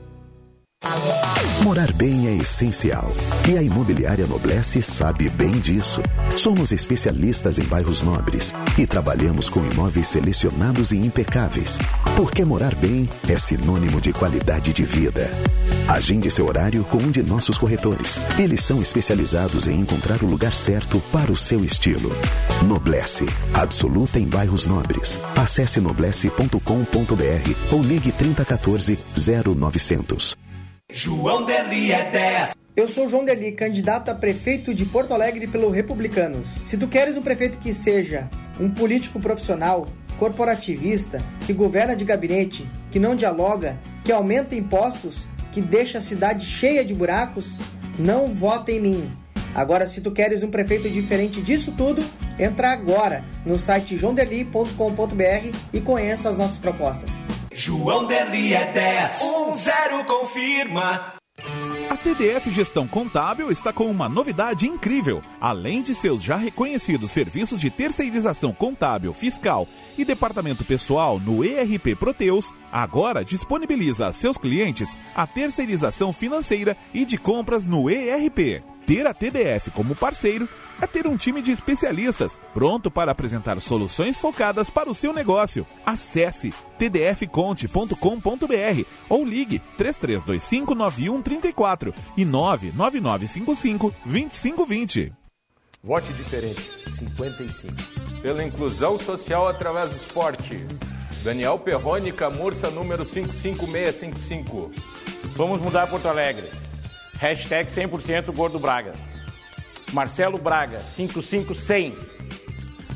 Morar bem é essencial e a Imobiliária Noblesse sabe bem disso. Somos especialistas em bairros nobres e trabalhamos com imóveis selecionados e impecáveis, porque morar bem é sinônimo de qualidade de vida. Agende seu horário com um de nossos corretores. Eles são especializados em encontrar o lugar certo para o seu estilo. Noblesse, absoluta em bairros nobres. Acesse noblesse ponto com ponto b r ou ligue trinta quatorze zero novecentos. João Deli é dez. Eu sou João Deli, candidato a prefeito de Porto Alegre pelo Republicanos. Se tu queres um prefeito que seja um político profissional, corporativista, que governa de gabinete, que não dialoga, que aumenta impostos, que deixa a cidade cheia de buracos, não vota em mim. Agora, se tu queres um prefeito diferente disso tudo, entra agora no site joão deli ponto com ponto b r e conheça as nossas propostas. João Deli é dez. Um zero confirma. A T D F Gestão Contábil está com uma novidade incrível. Além de seus já reconhecidos serviços de terceirização contábil, fiscal e departamento pessoal no E R P Proteus, agora disponibiliza a seus clientes a terceirização financeira e de compras no E R P. Ter a T D F como parceiro é ter um time de especialistas pronto para apresentar soluções focadas para o seu negócio. Acesse t d f conte ponto com ponto b r ou ligue três três dois cinco nove um três quatro e nove nove nove cinco cinco dois cinco dois zero. Vote diferente, cinquenta e cinco. Pela inclusão social através do esporte. Daniel Perrone, Camurça, número cinco cinco seis cinco cinco. Vamos mudar Porto Alegre. Hashtag cem por cento Gordo Braga. Marcelo Braga, cinco cinco cem.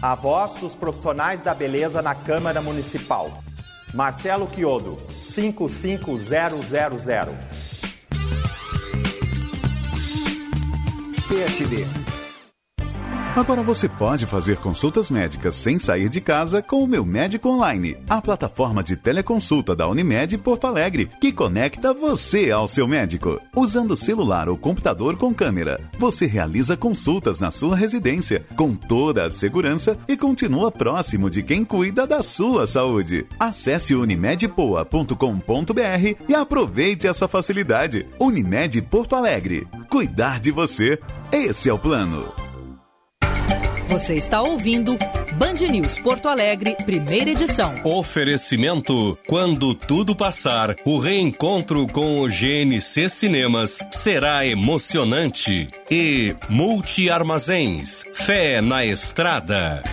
A voz dos profissionais da beleza na Câmara Municipal. Marcelo Chiodo, cinco cinco zero zero zero. P S D. Agora você pode fazer consultas médicas sem sair de casa com o Meu Médico Online, a plataforma de teleconsulta da Unimed Porto Alegre, que conecta você ao seu médico. Usando celular ou computador com câmera, você realiza consultas na sua residência, com toda a segurança e continua próximo de quem cuida da sua saúde. Acesse unimed poa ponto com ponto b r e aproveite essa facilidade. Unimed Porto Alegre. Cuidar de você, esse é o plano. Você está ouvindo Band News Porto Alegre, primeira edição. Oferecimento: quando tudo passar, o reencontro com o G N C Cinemas será emocionante. E Multi Armazéns, fé na estrada.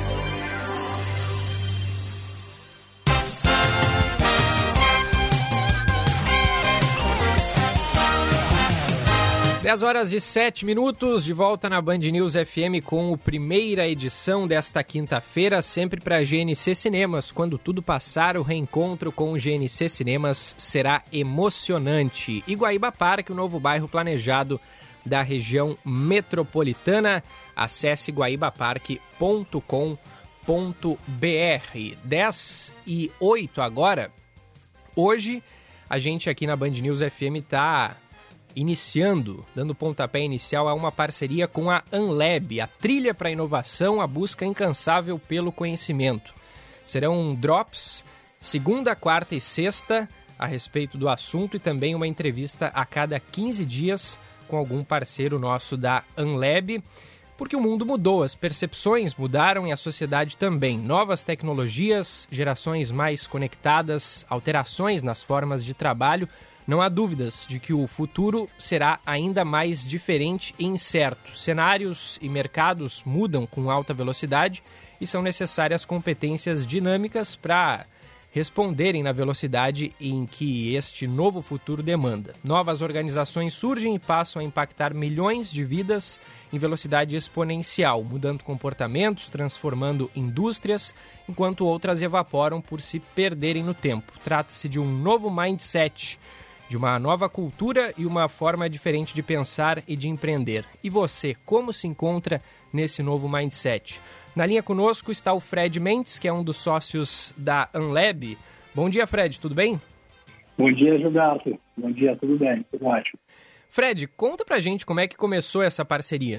dez horas e sete minutos, de volta na Band News F M com a primeira edição desta quinta-feira, sempre para G N C Cinemas. Quando tudo passar, o reencontro com o G N C Cinemas será emocionante. E Guaíba Parque, o novo bairro planejado da região metropolitana. Acesse guaíba parque ponto com ponto b r. dez e oito agora. Hoje, a gente aqui na Band News F M está iniciando, dando pontapé inicial a uma parceria com a Anlab, a trilha para a inovação, a busca incansável pelo conhecimento. Serão drops segunda, quarta e sexta a respeito do assunto e também uma entrevista a cada quinze dias com algum parceiro nosso da Anlab, porque o mundo mudou, as percepções mudaram e a sociedade também. Novas tecnologias, gerações mais conectadas, alterações nas formas de trabalho. Não há dúvidas de que o futuro será ainda mais diferente e incerto. Cenários e mercados mudam com alta velocidade e são necessárias competências dinâmicas para responderem na velocidade em que este novo futuro demanda. Novas organizações surgem e passam a impactar milhões de vidas em velocidade exponencial, mudando comportamentos, transformando indústrias, enquanto outras evaporam por se perderem no tempo. Trata-se de um novo mindset, de uma nova cultura e uma forma diferente de pensar e de empreender. E você, como se encontra nesse novo mindset? Na linha conosco está o Fred Mendes, que é um dos sócios da Anlab. Bom dia, Fred, tudo bem? Bom dia, Gilberto. Bom dia, tudo bem, tudo ótimo. Fred, conta pra gente como é que começou essa parceria.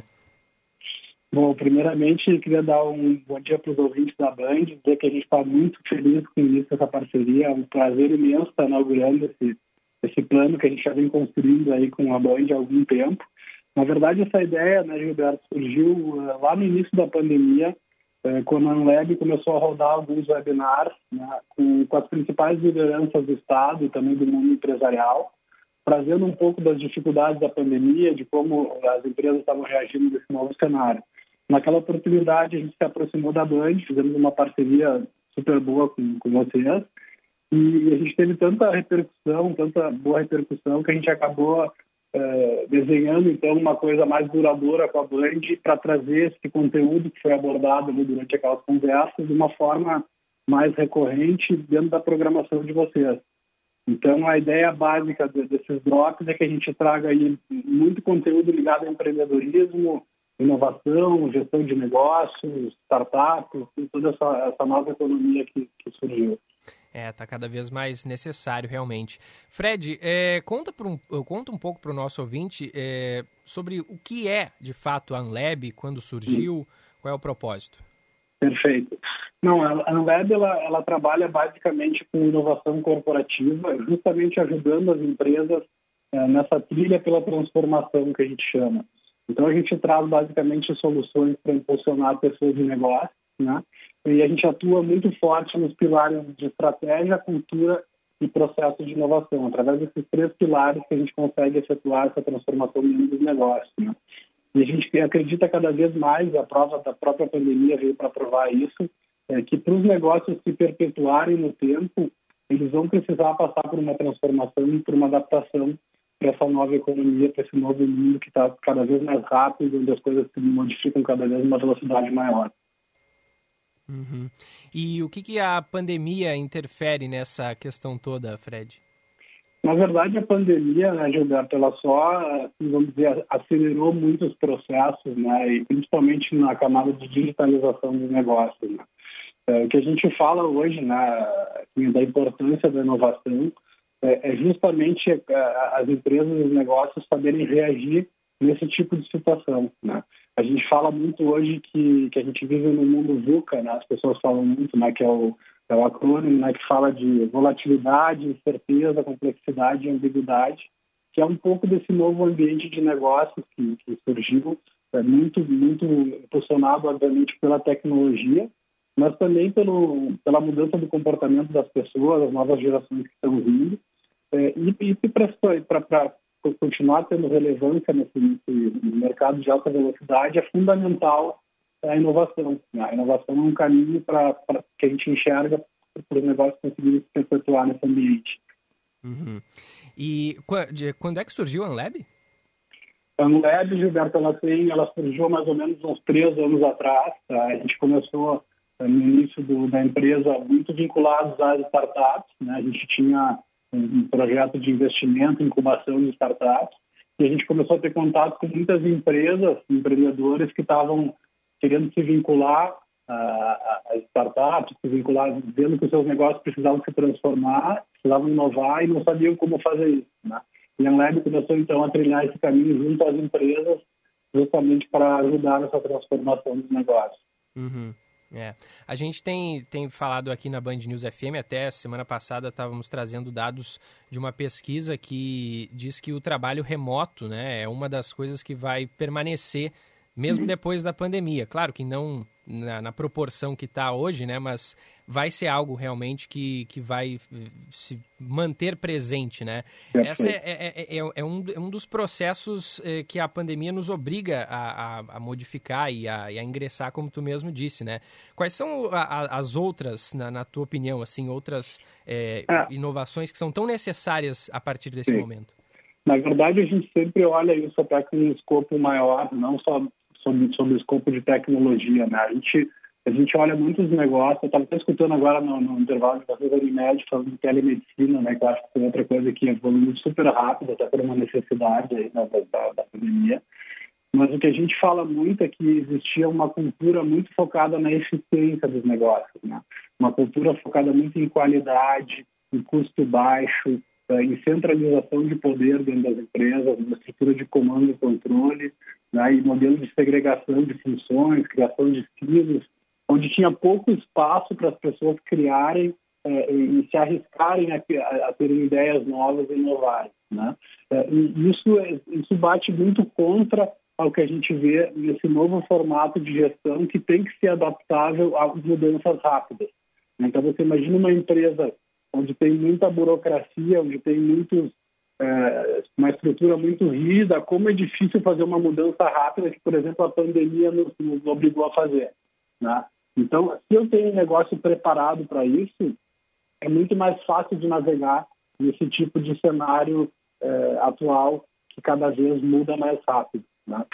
Bom, primeiramente, queria dar um bom dia para os ouvintes da Band, dizer que a gente está muito feliz com o início dessa parceria. É um prazer imenso estar inaugurando esse esse plano que a gente já vem construindo aí com a Band há algum tempo. Na verdade, essa ideia, né, Gilberto, surgiu uh, lá no início da pandemia, uh, quando a Anlab começou a rodar alguns webinars, né, com, com as principais lideranças do Estado e também do mundo empresarial, trazendo um pouco das dificuldades da pandemia, de como as empresas estavam reagindo desse novo cenário. Naquela oportunidade, a gente se aproximou da Band, fizemos uma parceria super boa com, com vocês, e a gente teve tanta repercussão, tanta boa repercussão, que a gente acabou eh, desenhando, então, uma coisa mais duradoura com a Band para trazer esse conteúdo que foi abordado ali durante aquelas conversas de uma forma mais recorrente dentro da programação de vocês. Então, a ideia básica desses drops é que a gente traga aí muito conteúdo ligado ao empreendedorismo, inovação, gestão de negócios, startups, toda essa, essa nova economia que, que surgiu. É, está cada vez mais necessário, realmente. Fred, é, conta, um, conta um pouco para o nosso ouvinte é, sobre o que é, de fato, a Anlab, quando surgiu, Sim. qual é o propósito? Perfeito. Não, a Anlab, ela, ela trabalha basicamente com inovação corporativa, justamente ajudando as empresas é, nessa trilha pela transformação que a gente chama. Então, a gente traz basicamente soluções para impulsionar pessoas de negócio, né? E a gente atua muito forte nos pilares de estratégia, cultura e processo de inovação. Através desses três pilares que a gente consegue efetuar essa transformação dos negócios, né? E a gente acredita cada vez mais, a prova da própria pandemia veio para provar isso, é que para os negócios se perpetuarem no tempo, eles vão precisar passar por uma transformação e por uma adaptação para essa nova economia, para esse novo mundo que está cada vez mais rápido, onde as coisas se modificam cada vez numa velocidade maior. Uhum. E o que, que a pandemia interfere nessa questão toda, Fred? Na verdade, a pandemia, né, Gilberto, ela só, assim, vamos dizer, acelerou muitos processos, né, e principalmente na camada de digitalização dos negócios. Né. É, o que a gente fala hoje, né, assim, da importância da inovação é, é justamente a, as empresas e os negócios saberem reagir nesse tipo de situação. Né. A gente fala muito hoje que, que a gente vive no mundo VUCA, né, as pessoas falam muito, né, que é o É o acrônimo, né, que fala de volatilidade, incerteza, complexidade e ambiguidade, que é um pouco desse novo ambiente de negócios que, que surgiu, é, muito, muito impulsionado, obviamente, pela tecnologia, mas também pelo, pela mudança do comportamento das pessoas, as novas gerações que estão vindo. É, e e para continuar tendo relevância nesse, nesse mercado de alta velocidade, é fundamental a inovação. A inovação é um caminho para que a gente enxerga para os negócios conseguirem se perpetuar nesse ambiente. Uhum. E quando é que surgiu a Anlab? A Anlab, Gilberto, ela, tem, ela surgiu mais ou menos uns três anos atrás. Tá? A gente começou no início do, da empresa muito vinculados às startups. Né? A gente tinha um projeto de investimento, incubação de startups, e a gente começou a ter contato com muitas empresas, empreendedores que estavam querendo se vincular às startups, se vincular, vendo que os seus negócios precisavam se transformar, precisavam inovar e não sabiam como fazer isso. Né? E a Anlab começou, então, a trilhar esse caminho junto às empresas, justamente para ajudar nessa transformação dos negócios. Uhum. É. A gente tem, tem falado aqui na Band News F M, até semana passada estávamos trazendo dados de uma pesquisa que diz que o trabalho remoto, né, é uma das coisas que vai permanecer mesmo depois da pandemia. Claro que não na, na proporção que está hoje, né? Mas vai ser algo realmente que, que vai se manter presente, né? Essa é, é, é, é, um, é um dos processos é, que a pandemia nos obriga a, a, a modificar e a, e a ingressar, como tu mesmo disse, né? Quais são a, a, as outras, na, na tua opinião, assim, outras é, ah. inovações que são tão necessárias a partir desse Sim. momento? Na verdade, a gente sempre olha isso até com um escopo maior, não só sobre, sobre o escopo de tecnologia, né? A gente, a gente olha muitos negócios, eu estava escutando agora no, no intervalo de vocês da Unimed falando de telemedicina, né? Que eu acho que é outra coisa que evoluiu super rápido, até por uma necessidade aí, né, da, da pandemia. Mas o que a gente fala muito é que existia uma cultura muito focada na eficiência dos negócios, né? Uma cultura focada muito em qualidade, em custo baixo, em centralização de poder dentro das empresas, uma estrutura de comando e controle, né, e modelo de segregação de funções, criação de silos, onde tinha pouco espaço para as pessoas criarem eh, e se arriscarem a, a, a terem ideias novas e inovarem. Né? Eh, e isso, isso bate muito contra ao que a gente vê nesse novo formato de gestão que tem que ser adaptável a mudanças rápidas. Então, você imagina uma empresa onde tem muita burocracia, onde tem muitos, é, uma estrutura muito rígida, como é difícil fazer uma mudança rápida que, por exemplo, a pandemia nos, nos obrigou a fazer. Né? Então, se eu tenho um negócio preparado para isso, é muito mais fácil de navegar nesse tipo de cenário é, atual que cada vez muda mais rápido. Né?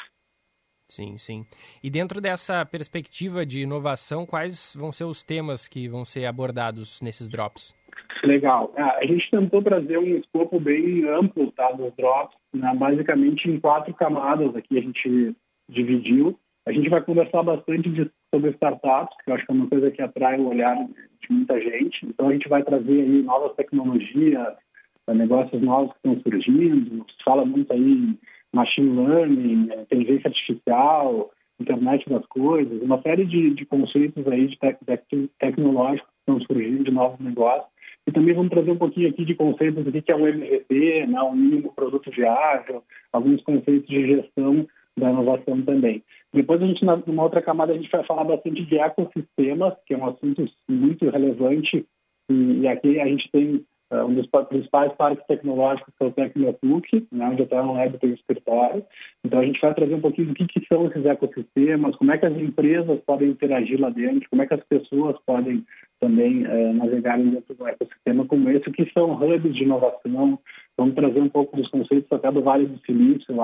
Sim, sim. E dentro dessa perspectiva de inovação, quais vão ser os temas que vão ser abordados nesses drops? Legal. A gente tentou trazer um escopo bem amplo, tá, dos drops, né? Basicamente em quatro camadas aqui a gente dividiu. A gente vai conversar bastante de, sobre startups, que eu acho que é uma coisa que atrai o olhar de muita gente. Então a gente vai trazer aí novas tecnologias, negócios novos que estão surgindo. Se fala muito aí em machine learning, inteligência artificial, internet das coisas, uma série de, de conceitos aí de, tec, de tecnológicos que estão surgindo de novos negócios. E também vamos trazer um pouquinho aqui de conceitos do que é um M V P, né, um mínimo produto viável, alguns conceitos de gestão da inovação também. Depois, a gente, numa outra camada, a gente vai falar bastante de ecossistemas, que é um assunto muito relevante, e, e aqui a gente tem uh, um dos principais parques tecnológicos, que é o Tecnopuc, né, onde até a Anlab tem um escritório. Então, a gente vai trazer um pouquinho do que, que são esses ecossistemas, como é que as empresas podem interagir lá dentro, como é que as pessoas podem também uh, navegarem dentro de um ecossistema como esse, o que são hubs de inovação. Vamos trazer um pouco dos conceitos até do Vale do Silício lá,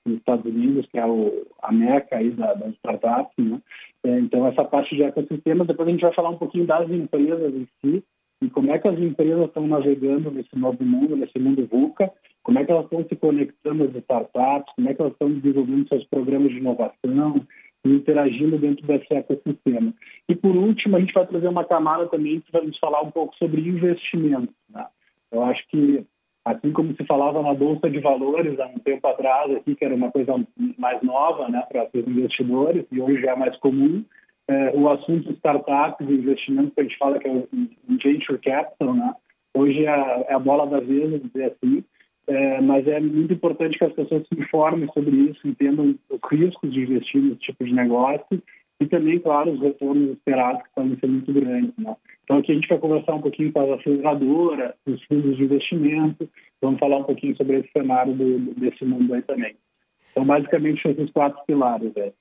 nos Estados Unidos, que é o, a meca aí da, das startups, né? É, então, essa parte de ecossistema, depois a gente vai falar um pouquinho das empresas em si, e como é que as empresas estão navegando nesse novo mundo, nesse mundo VUCA, como é que elas estão se conectando às startups, como é que elas estão desenvolvendo seus programas de inovação, e interagindo dentro desse ecossistema. E, por último, a gente vai trazer uma camada também que vai nos falar um pouco sobre investimento, né? Eu acho que, assim como se falava na Bolsa de Valores há um tempo atrás, aqui, que era uma coisa mais nova, né, para os investidores, e hoje já é mais comum, é, o assunto startups e investimento, que a gente fala que é o venture capital, né, hoje é a, é a bola da vez, vamos dizer assim, é, mas é muito importante que as pessoas se informem sobre isso, entendam os riscos de investir nesse tipo de negócio e também, claro, os retornos esperados que podem ser muito grandes, né? Então, aqui a gente vai conversar um pouquinho com as aceleradoras, os fundos de investimento, vamos falar um pouquinho sobre esse cenário do, desse mundo aí também. Então, basicamente, esses quatro pilares, velho.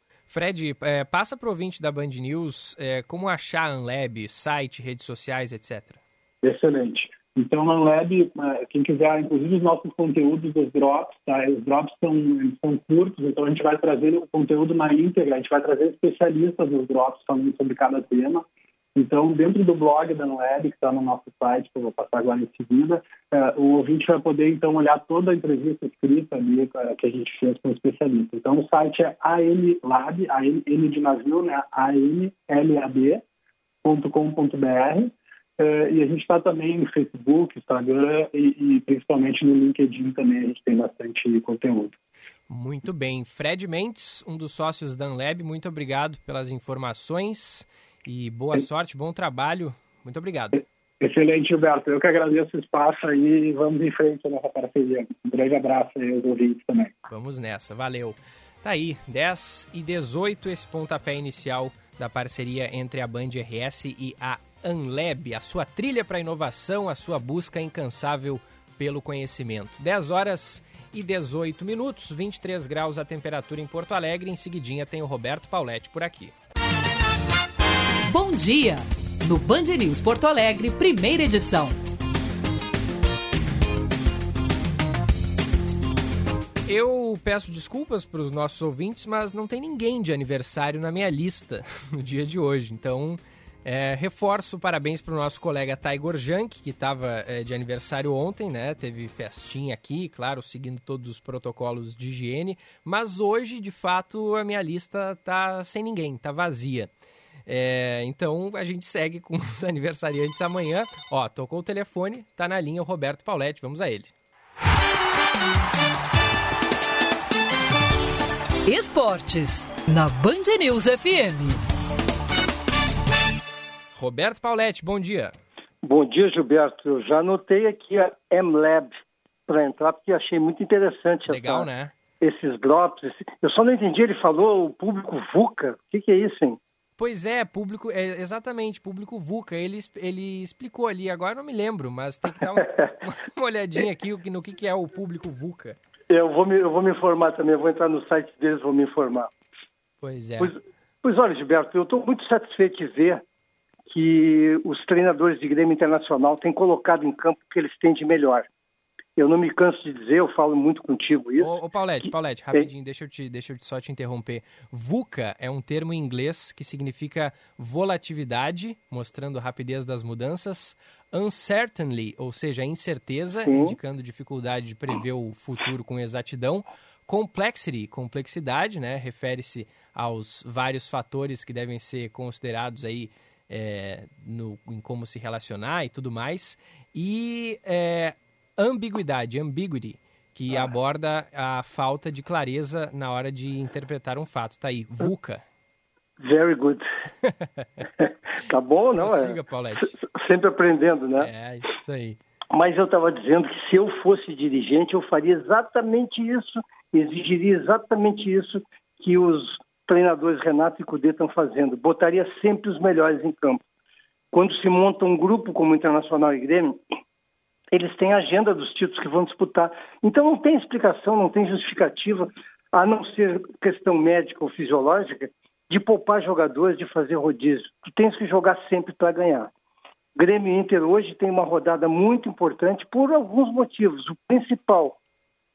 Fred, é, passa para o ouvinte da Band News é, como achar a Anlab, site, redes sociais, etcétera. Excelente. Então, a Anlab, quem quiser, inclusive os nossos conteúdos dos Drops, tá? Os Drops são, são curtos, então a gente vai trazer o conteúdo na íntegra, a gente vai trazer especialistas nos Drops falando sobre cada tema. Então, dentro do blog da Anlab, que está no nosso site, que eu vou passar agora em seguida, uh, o ouvinte vai poder, então, olhar toda a entrevista escrita ali uh, que a gente fez com o especialista. Então, o site é anlab, A N de navio, né? A N L A B ponto com ponto B R. Uh, e a gente está também no Facebook, Instagram e, e principalmente no LinkedIn também a gente tem bastante conteúdo. Muito bem. Fred Mendes, um dos sócios da Anlab, muito obrigado pelas informações e boa sorte, bom trabalho. Muito obrigado. Excelente, Gilberto. Eu que agradeço o espaço aí e vamos em frente nessa parceria. Um grande abraço aí aos ouvintes também. Vamos nessa, valeu. Tá aí, dez e dezoito, esse pontapé inicial da parceria entre a Band R S e a Anlab, a sua trilha para a inovação, a sua busca incansável pelo conhecimento. dez horas e dezoito minutos, vinte e três graus a temperatura em Porto Alegre. Em seguidinha tem o Roberto Pauletti por aqui. Bom dia! No Band News Porto Alegre, primeira edição. Eu peço desculpas para os nossos ouvintes, mas não tem ninguém de aniversário na minha lista no dia de hoje. Então, é, reforço parabéns para o nosso colega Taigor Jank, que estava é, de aniversário ontem, né? Teve festinha aqui, claro, seguindo todos os protocolos de higiene. Mas hoje, de fato, a minha lista tá sem ninguém, tá vazia. É, então, a gente segue com os aniversariantes amanhã. Ó, tocou o telefone, tá na linha o Roberto Pauletti, vamos a ele. Esportes, na Band News F M. Roberto Pauletti, bom dia. Bom dia, Gilberto. Eu já anotei aqui a Anlab para entrar, porque achei muito interessante. Legal, essa, né? Esses drops. Esse... Eu só não entendi, ele falou o público VUCA. O que, que é isso, hein? Pois é, público, é, exatamente, público VUCA. Ele, ele explicou ali, agora não me lembro, mas tem que dar um, uma olhadinha aqui no que, que é o público VUCA. Eu vou, me, eu vou me informar também, eu vou entrar no site deles, vou me informar. Pois é. Pois, pois olha, Gilberto, eu estou muito satisfeito de ver que os treinadores de Grêmio Internacional têm colocado em campo o que eles têm de melhor. Eu não me canso de dizer, eu falo muito contigo isso. Ô, ô Paulette, que... Paulette, rapidinho, deixa eu, te, deixa eu só te interromper. VUCA é um termo em inglês que significa volatilidade, mostrando a rapidez das mudanças. Uncertainty, ou seja, incerteza, Sim. indicando dificuldade de prever o futuro com exatidão. Complexity, complexidade, né? Refere-se aos vários fatores que devem ser considerados aí é, no, em como se relacionar e tudo mais. E é, ambiguidade, ambiguity, que ah. aborda a falta de clareza na hora de interpretar um fato. Tá aí, VUCA. Very good. Tá bom, não? Prossiga, é? Paulette. Sempre aprendendo, né? É, isso aí. Mas eu estava dizendo que se eu fosse dirigente, eu faria exatamente isso, exigiria exatamente isso que os treinadores Renato e Cudê estão fazendo. Botaria sempre os melhores em campo. Quando se monta um grupo como o Internacional e Grêmio, eles têm a agenda dos títulos que vão disputar. Então não tem explicação, não tem justificativa, a não ser questão médica ou fisiológica, de poupar jogadores, de fazer rodízio. Tu tens que jogar sempre para ganhar. Grêmio e Inter hoje tem uma rodada muito importante por alguns motivos. O principal,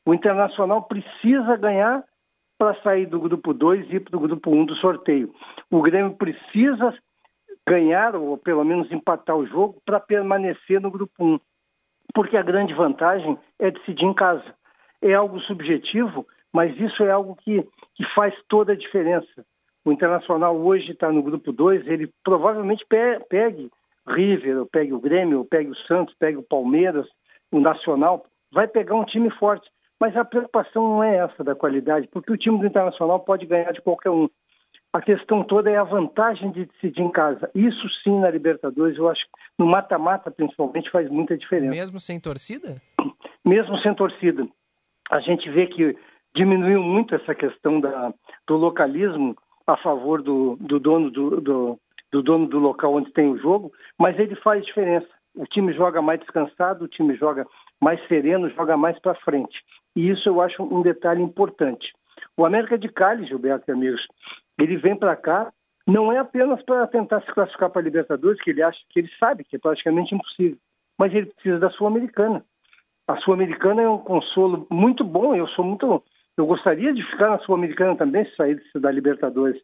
O Internacional precisa ganhar para sair do grupo dois e ir para o grupo um do sorteio. O Grêmio precisa ganhar, ou pelo menos empatar o jogo, para permanecer no grupo um. Porque a grande vantagem é decidir em casa. É algo subjetivo, mas isso é algo que, que faz toda a diferença. O Internacional hoje está no grupo dois, ele provavelmente pe- pegue River, ou pegue o Grêmio, ou pegue o Santos, pegue o Palmeiras, o Nacional, vai pegar um time forte. Mas a preocupação não é essa da qualidade, porque o time do Internacional pode ganhar de qualquer um. A questão toda é a vantagem de decidir em casa. Isso sim, na Libertadores, eu acho que no mata-mata, principalmente, faz muita diferença. Mesmo sem torcida? Mesmo sem torcida. A gente vê que diminuiu muito essa questão da, do localismo a favor do, do, dono do, do, do dono do local onde tem o jogo, mas ele faz diferença. O time joga mais descansado, o time joga mais sereno, joga mais para frente. E isso eu acho um detalhe importante. O América de Cali, Gilberto e amigos, ele vem para cá, não é apenas para tentar se classificar para a Libertadores, que ele acha, que ele sabe que é praticamente impossível, mas ele precisa da Sul-Americana. A Sul-Americana é um consolo muito bom, eu sou muito, eu gostaria de ficar na Sul-Americana também, se sair da Libertadores.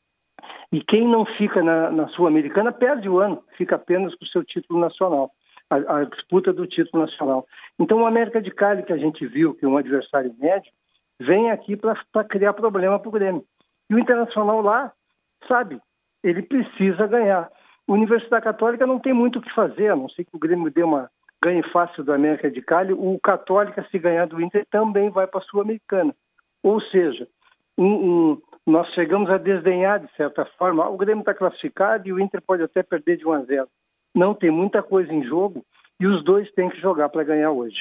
E quem não fica na, na Sul-Americana perde o ano, fica apenas com o seu título nacional, a, a disputa do título nacional. Então o América de Cali, que a gente viu, que é um adversário médio, vem aqui para criar problema para o Grêmio. E o Internacional lá, sabe, ele precisa ganhar. A Universidade Católica não tem muito o que fazer, a não ser que o Grêmio dê uma ganhe fácil do América de Cali. O Católica, se ganhar do Inter, também vai para a Sul-Americana. Ou seja, um, um, nós chegamos a desdenhar, de certa forma, o Grêmio está classificado e o Inter pode até perder de um a zero. Não, tem muita coisa em jogo e os dois têm que jogar para ganhar hoje.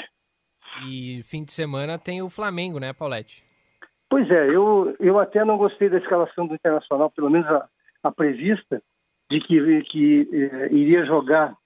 E fim de semana tem o Flamengo, né, Paulete? Pois é, eu, eu até não gostei da escalação do Internacional, pelo menos a, a prevista, de que, que eh, iria jogar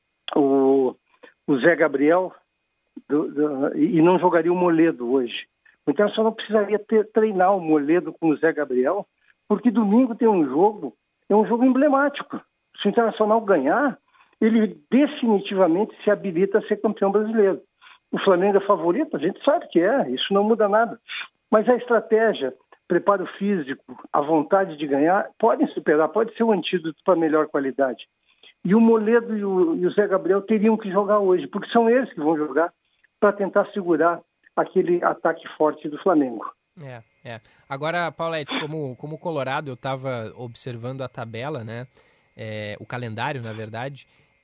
o, o Zé Gabriel do, do, e não jogaria o Moledo hoje. O Internacional precisaria ter, treinar o Moledo com o Zé Gabriel, porque domingo tem um jogo, é um jogo emblemático. Se o Internacional ganhar, ele definitivamente se habilita a ser campeão brasileiro. O Flamengo é favorito, a gente sabe que é, isso não muda nada. Mas a estratégia, preparo físico, a vontade de ganhar, podem superar, pode ser um antídoto para melhor qualidade. E o Moledo e o, e o Zé Gabriel teriam que jogar hoje, porque são eles que vão jogar para tentar segurar aquele ataque forte do Flamengo. É, é. Agora, Paulete, como, como Colorado, eu estava observando a tabela, né? É, o calendário, na verdade,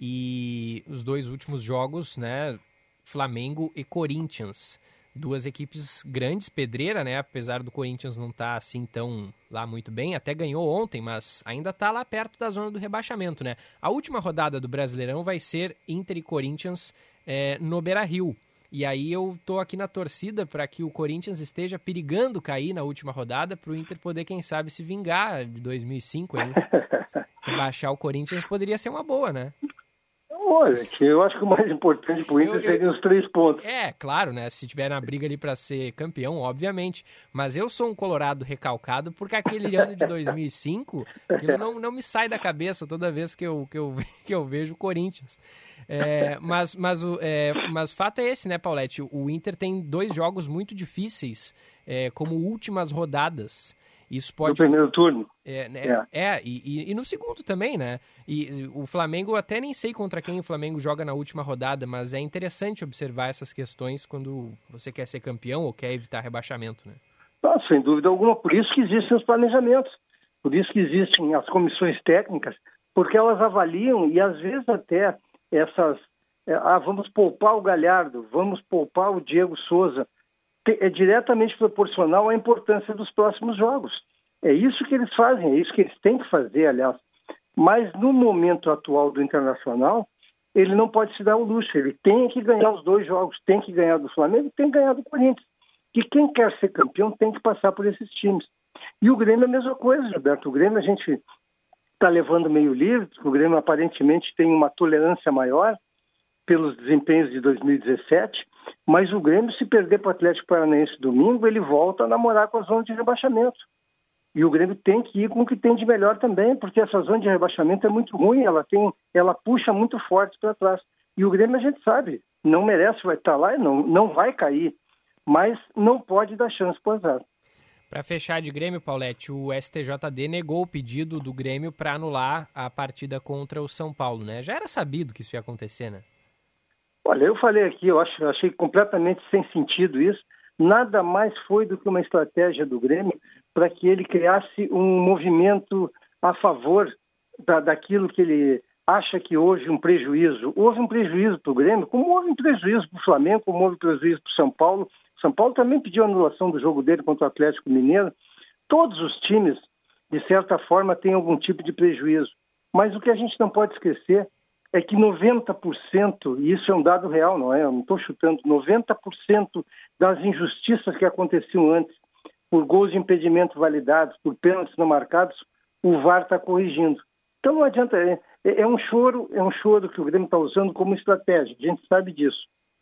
e os dois últimos jogos, né? Flamengo e Corinthians. Duas equipes grandes, pedreira, né? Apesar do Corinthians não estar tá, assim tão lá muito bem, até ganhou ontem, mas ainda está lá perto da zona do rebaixamento, né? A última rodada do Brasileirão vai ser Inter e Corinthians é, no Beira-Rio. E aí eu tô aqui na torcida para que o Corinthians esteja perigando cair na última rodada para o Inter poder, quem sabe, se vingar de dois mil e cinco. Hein? Rebaixar o Corinthians poderia ser uma boa, né? Olha, que eu acho que o mais importante pro Inter seriam os três pontos. É, claro, né? Se tiver na briga ali para ser campeão, obviamente. Mas eu sou um colorado recalcado porque aquele ano de dois mil e cinco, aquilo não, não me sai da cabeça toda vez que eu, que eu, que eu vejo o Corinthians. É, mas, mas, o, é, mas o fato é esse, né, Paulete? O Inter tem dois jogos muito difíceis é, como últimas rodadas. Isso pode... No primeiro turno. É, é, é. é e, e, e no segundo também, né? E o Flamengo, até nem sei contra quem o Flamengo joga na última rodada, mas é interessante observar essas questões quando você quer ser campeão ou quer evitar rebaixamento, né? Ah, sem dúvida alguma, por isso que existem os planejamentos, por isso que existem as comissões técnicas, porque elas avaliam e às vezes até essas... É, ah, vamos poupar o Galhardo, vamos poupar o Diego Souza, é diretamente proporcional à importância dos próximos jogos. É isso que eles fazem, é isso que eles têm que fazer, aliás. Mas no momento atual do Internacional, ele não pode se dar o luxo, ele tem que ganhar os dois jogos, tem que ganhar do Flamengo, tem que ganhar do Corinthians. E quem quer ser campeão tem que passar por esses times. E o Grêmio é a mesma coisa, Gilberto. O Grêmio a gente está levando meio livre, o Grêmio aparentemente tem uma tolerância maior pelos desempenhos de dois mil e dezessete, mas o Grêmio, se perder para o Atlético Paranaense domingo, ele volta a namorar com a zona de rebaixamento. E o Grêmio tem que ir com o que tem de melhor também, porque essa zona de rebaixamento é muito ruim, ela, tem, ela puxa muito forte para trás. E o Grêmio, a gente sabe, não merece, vai estar lá e não, não vai cair. mas não pode dar chance para o azar. Para fechar de Grêmio, Paulete, o S T J D negou o pedido do Grêmio para anular a partida contra o São Paulo, né? Já era sabido que isso ia acontecer, né? Olha, eu falei aqui, eu acho, eu achei completamente sem sentido isso. Nada mais foi do que uma estratégia do Grêmio para que ele criasse um movimento a favor da, daquilo que ele acha que hoje um prejuízo. Houve um prejuízo para o Grêmio, como houve um prejuízo para o Flamengo, como houve um prejuízo para o São Paulo. São Paulo também pediu a anulação do jogo dele contra o Atlético Mineiro. Todos os times, de certa forma, têm algum tipo de prejuízo. Mas o que a gente não pode esquecer é que noventa por cento, e isso é um dado real, não é? Eu não estou chutando, noventa por cento das injustiças que aconteciam antes, por gols de impedimento validados, por pênaltis não marcados, o V A R está corrigindo. Então não adianta, é, é um choro, é um choro que o Grêmio está usando como estratégia, a gente sabe disso.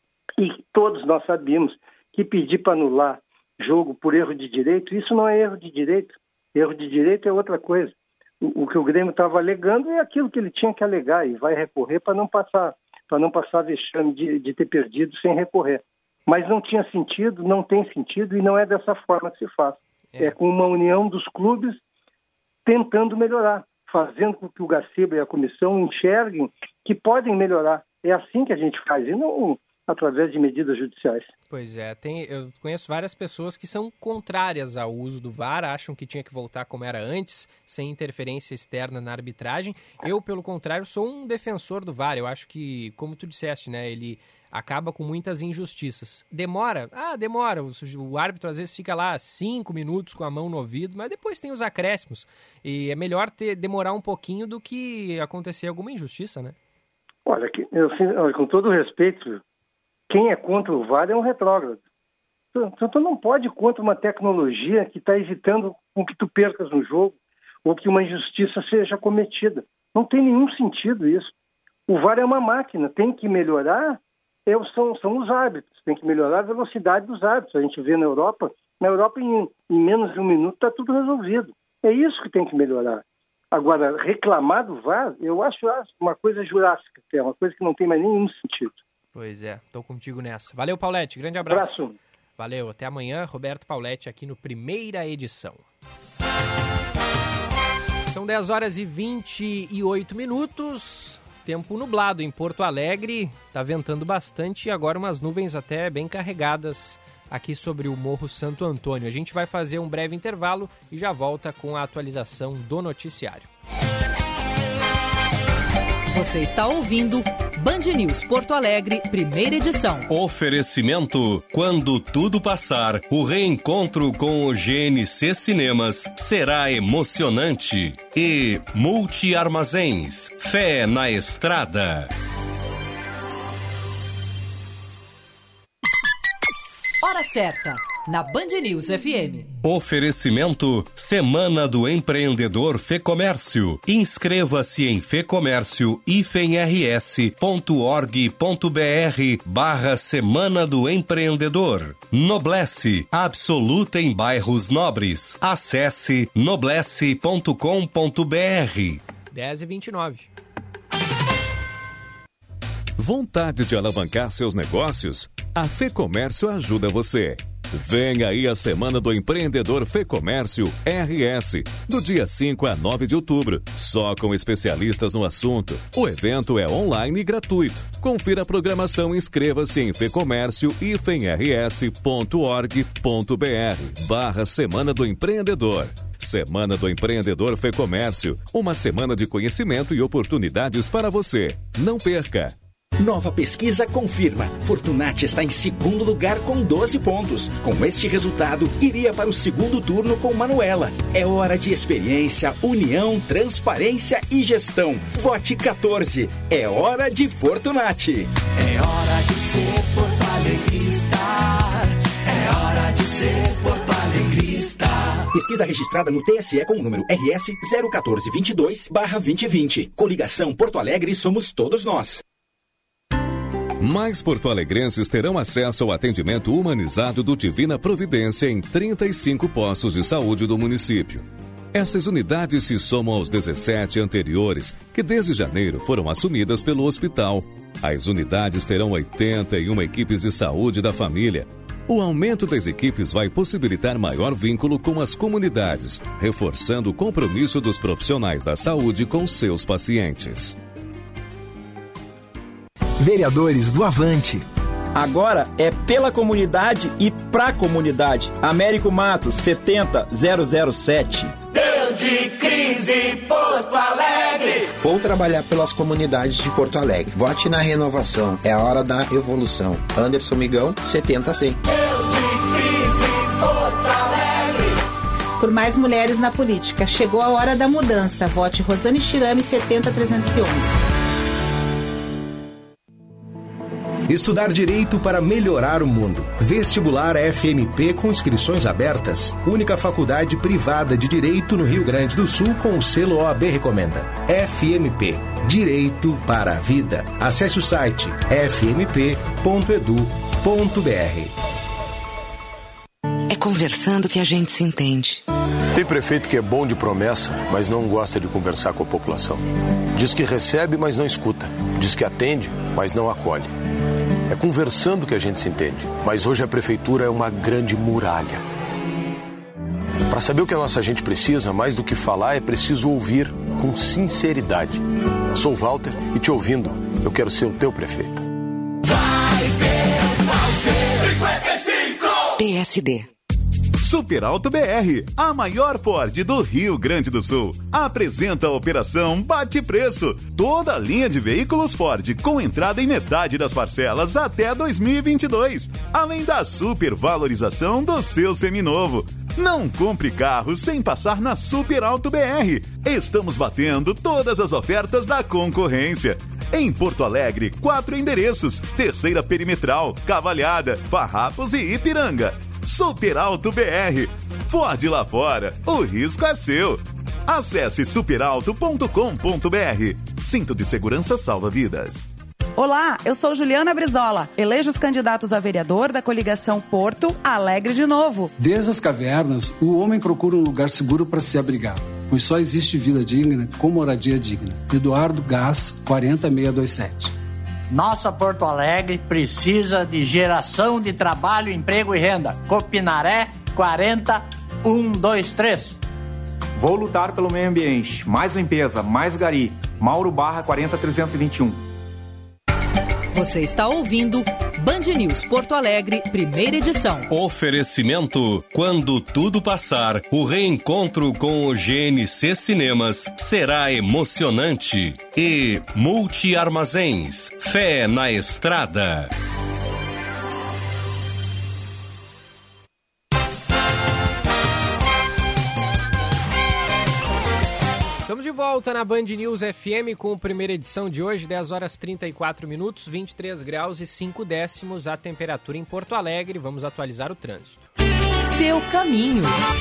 E todos nós sabíamos que pedir para anular jogo por erro de direito, isso não é erro de direito. Erro de direito é outra coisa. O, o que o Grêmio estava alegando é aquilo que ele tinha que alegar e vai recorrer para não passar, para não passar vexame de, de ter perdido sem recorrer. Mas não tinha sentido, não tem sentido e não é dessa forma que se faz. É, é com uma união dos clubes tentando melhorar, fazendo com que o Gaciba e a comissão enxerguem que podem melhorar. É assim que a gente faz e não através de medidas judiciais. Pois é, tem, eu conheço várias pessoas que são contrárias ao uso do V A R, acham que tinha que voltar como era antes, sem interferência externa na arbitragem. Eu, pelo contrário, sou um defensor do V A R. Eu acho que, como tu disseste, né, ele acaba com muitas injustiças. Demora? Ah, demora. O, o árbitro às vezes fica lá cinco minutos com a mão no ouvido, mas depois tem os acréscimos. E é melhor ter, demorar um pouquinho do que acontecer alguma injustiça, né? Olha, eu, olha com todo respeito, quem é contra o V A R é um retrógrado. Então, tu não pode ir contra uma tecnologia que está evitando com que tu percas no jogo ou que uma injustiça seja cometida. Não tem nenhum sentido isso. O V A R é uma máquina, tem que melhorar, é, são, são os árbitros, tem que melhorar a velocidade dos árbitros. A gente vê na Europa, na Europa em, em menos de um minuto está tudo resolvido. É isso que tem que melhorar. Agora, reclamar do V A R, eu acho uma coisa jurássica, é uma coisa que não tem mais nenhum sentido. Pois é, tô contigo nessa. Valeu, Paulete, grande abraço. Abraço. Valeu, até amanhã. Roberto Paulete aqui no Primeira Edição. São dez horas e vinte e oito minutos. Tempo nublado em Porto Alegre. Tá ventando bastante e agora umas nuvens até bem carregadas aqui sobre o Morro Santo Antônio. A gente vai fazer um breve intervalo e já volta com a atualização do noticiário. Você está ouvindo Band News Porto Alegre, primeira edição. Oferecimento: quando tudo passar, o reencontro com o G N C Cinemas será emocionante. E Multi Armazéns, fé na estrada. Hora certa, na Band News F M. Oferecimento: Semana do Empreendedor Fecomércio. Inscreva-se em fecomércio rs ponto org ponto br barra Semana do Empreendedor. Noblesse, absoluta em bairros nobres. Acesse noblesse ponto com ponto br. dez e vinte e nove. Vontade de alavancar seus negócios? A Fecomércio ajuda você. Vem aí a Semana do Empreendedor Fecomércio R S, do dia cinco a nove de outubro, só com especialistas no assunto. O evento é online e gratuito. Confira a programação e inscreva-se em fecomércio rs ponto org ponto br barra Semana do Empreendedor. Semana do Empreendedor Fecomércio, uma semana de conhecimento e oportunidades para você. Não perca! Nova pesquisa confirma. Fortunati está em segundo lugar com doze pontos. Com este resultado, iria para o segundo turno com Manuela. É hora de experiência, união, transparência e gestão. Vote quatorze. É hora de Fortunati. É hora de ser porto-alegrista. É hora de ser porto-alegrista. Pesquisa registrada no T S E com o número R S zero um quatro dois dois barra dois mil e vinte. Coligação Porto Alegre, somos todos nós. Mais porto-alegrenses terão acesso ao atendimento humanizado do Divina Providência em trinta e cinco postos de saúde do município. Essas unidades se somam aos dezessete anteriores, que desde janeiro foram assumidas pelo hospital. As unidades terão oitenta e uma equipes de saúde da família, O aumento das equipes vai possibilitar maior vínculo com as comunidades, reforçando o compromisso dos profissionais da saúde com seus pacientes. Vereadores do Avante. Agora é pela comunidade e pra comunidade. Américo Matos, setenta zero zero sete. Deu de crise Porto Alegre. Vou trabalhar pelas comunidades de Porto Alegre. Vote na renovação. É a hora da evolução. Anderson Migão, setenta cem. Deu de crise Porto Alegre. Por mais mulheres na política. Chegou a hora da mudança. Vote Rosane Chirame, setenta trezentos e onze. Estudar Direito para melhorar o mundo. Vestibular F M P com inscrições abertas. Única faculdade privada de Direito no Rio Grande do Sul com o selo O A B Recomenda. F M P. Direito para a Vida. Acesse o site f m p ponto e d u ponto b r. É conversando que a gente se entende. Tem prefeito que é bom de promessa, mas não gosta de conversar com a população. Diz que recebe, mas não escuta. Diz que atende, mas não acolhe. É conversando que a gente se entende. Mas hoje a prefeitura é uma grande muralha. Para saber o que a nossa gente precisa, mais do que falar, é preciso ouvir com sinceridade. Eu sou o Walter e te ouvindo, eu quero ser o teu prefeito. Vai ter Walter cinquenta e cinco. P S D. Super Alto B R, a maior Ford do Rio Grande do Sul, apresenta a operação Bate Preço. Toda a linha de veículos Ford com entrada em metade das parcelas até dois mil e vinte e dois, além da supervalorização do seu seminovo. Não compre carro sem passar na Super Alto B R. Estamos batendo todas as ofertas da concorrência. Em Porto Alegre, quatro endereços: Terceira Perimetral, Cavalhada, Farrapos e Ipiranga. Super Alto B R. Ford lá fora, o risco é seu. Acesse super alto ponto com ponto b r. Cinto de segurança salva vidas. Olá, eu sou Juliana Brizola. Elejo os candidatos a vereador da coligação Porto Alegre de Novo. Desde as cavernas, o homem procura um lugar seguro para se abrigar, pois só existe vida digna com moradia digna. Eduardo Gás, quarenta mil seiscentos e vinte e sete. Nossa Porto Alegre precisa de geração de trabalho, emprego e renda. Copinaré quarenta um dois três. Vou lutar pelo meio ambiente. Mais limpeza, mais gari. Mauro Barra quarenta trezentos e vinte e um. Você está ouvindo Band News Porto Alegre, primeira edição. Oferecimento: quando tudo passar, o reencontro com o G N C Cinemas será emocionante. E Multi Armazéns, fé na estrada. Estamos de volta na Band News F M com a primeira edição de hoje, dez horas e trinta e quatro minutos, vinte e três graus e cinco décimos a temperatura em Porto Alegre. Vamos atualizar o trânsito. Seu caminho.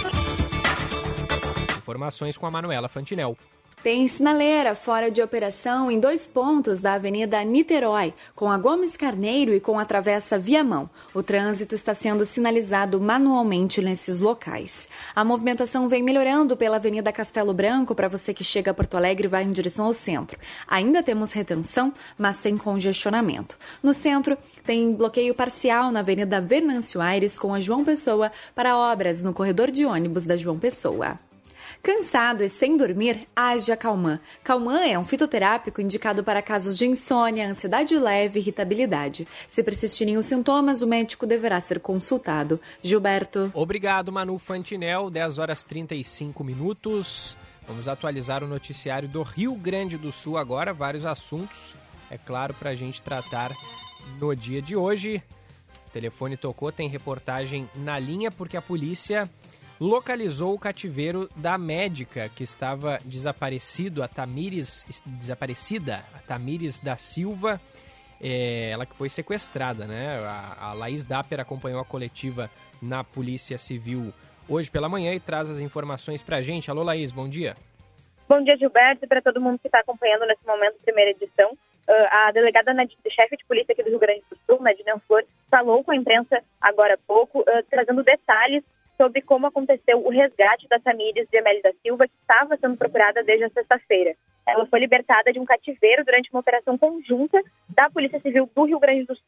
Informações com a Manuela Fantinel. Tem sinaleira fora de operação em dois pontos da Avenida Niterói, com a Gomes Carneiro e com a Travessa Viamão. O trânsito está sendo sinalizado manualmente nesses locais. A movimentação vem melhorando pela Avenida Castelo Branco para você que chega a Porto Alegre e vai em direção ao centro. Ainda temos retenção, mas sem congestionamento. No centro, tem bloqueio parcial na Avenida Venâncio Aires com a João Pessoa para obras no corredor de ônibus da João Pessoa. Cansado e sem dormir, haja Calman. Calman é um fitoterápico indicado para casos de insônia, ansiedade leve e irritabilidade. Se persistirem os sintomas, o médico deverá ser consultado. Gilberto. Obrigado, Manu Fantinel. dez horas e trinta e cinco minutos. Vamos atualizar o noticiário do Rio Grande do Sul agora. Vários assuntos, é claro, para a gente tratar no dia de hoje. O telefone tocou, tem reportagem na linha porque a polícia localizou o cativeiro da médica que estava desaparecido, a Tamires, desaparecida, a Tamires da Silva, é, ela que foi sequestrada, né? A, a Laís Dapper acompanhou a coletiva na Polícia Civil hoje pela manhã e traz as informações pra gente. Alô, Laís, bom dia. Bom dia, Gilberto, e para todo mundo que está acompanhando nesse momento a primeira edição. Uh, a delegada, chefe de polícia aqui do Rio Grande do Sul, Nadina Flores, falou com a imprensa agora há pouco, uh, trazendo detalhes sobre como aconteceu o resgate da Tamires de Amélia da Silva, que estava sendo procurada desde a sexta-feira. Ela foi libertada de um cativeiro durante uma operação conjunta da Polícia Civil do Rio Grande do Sul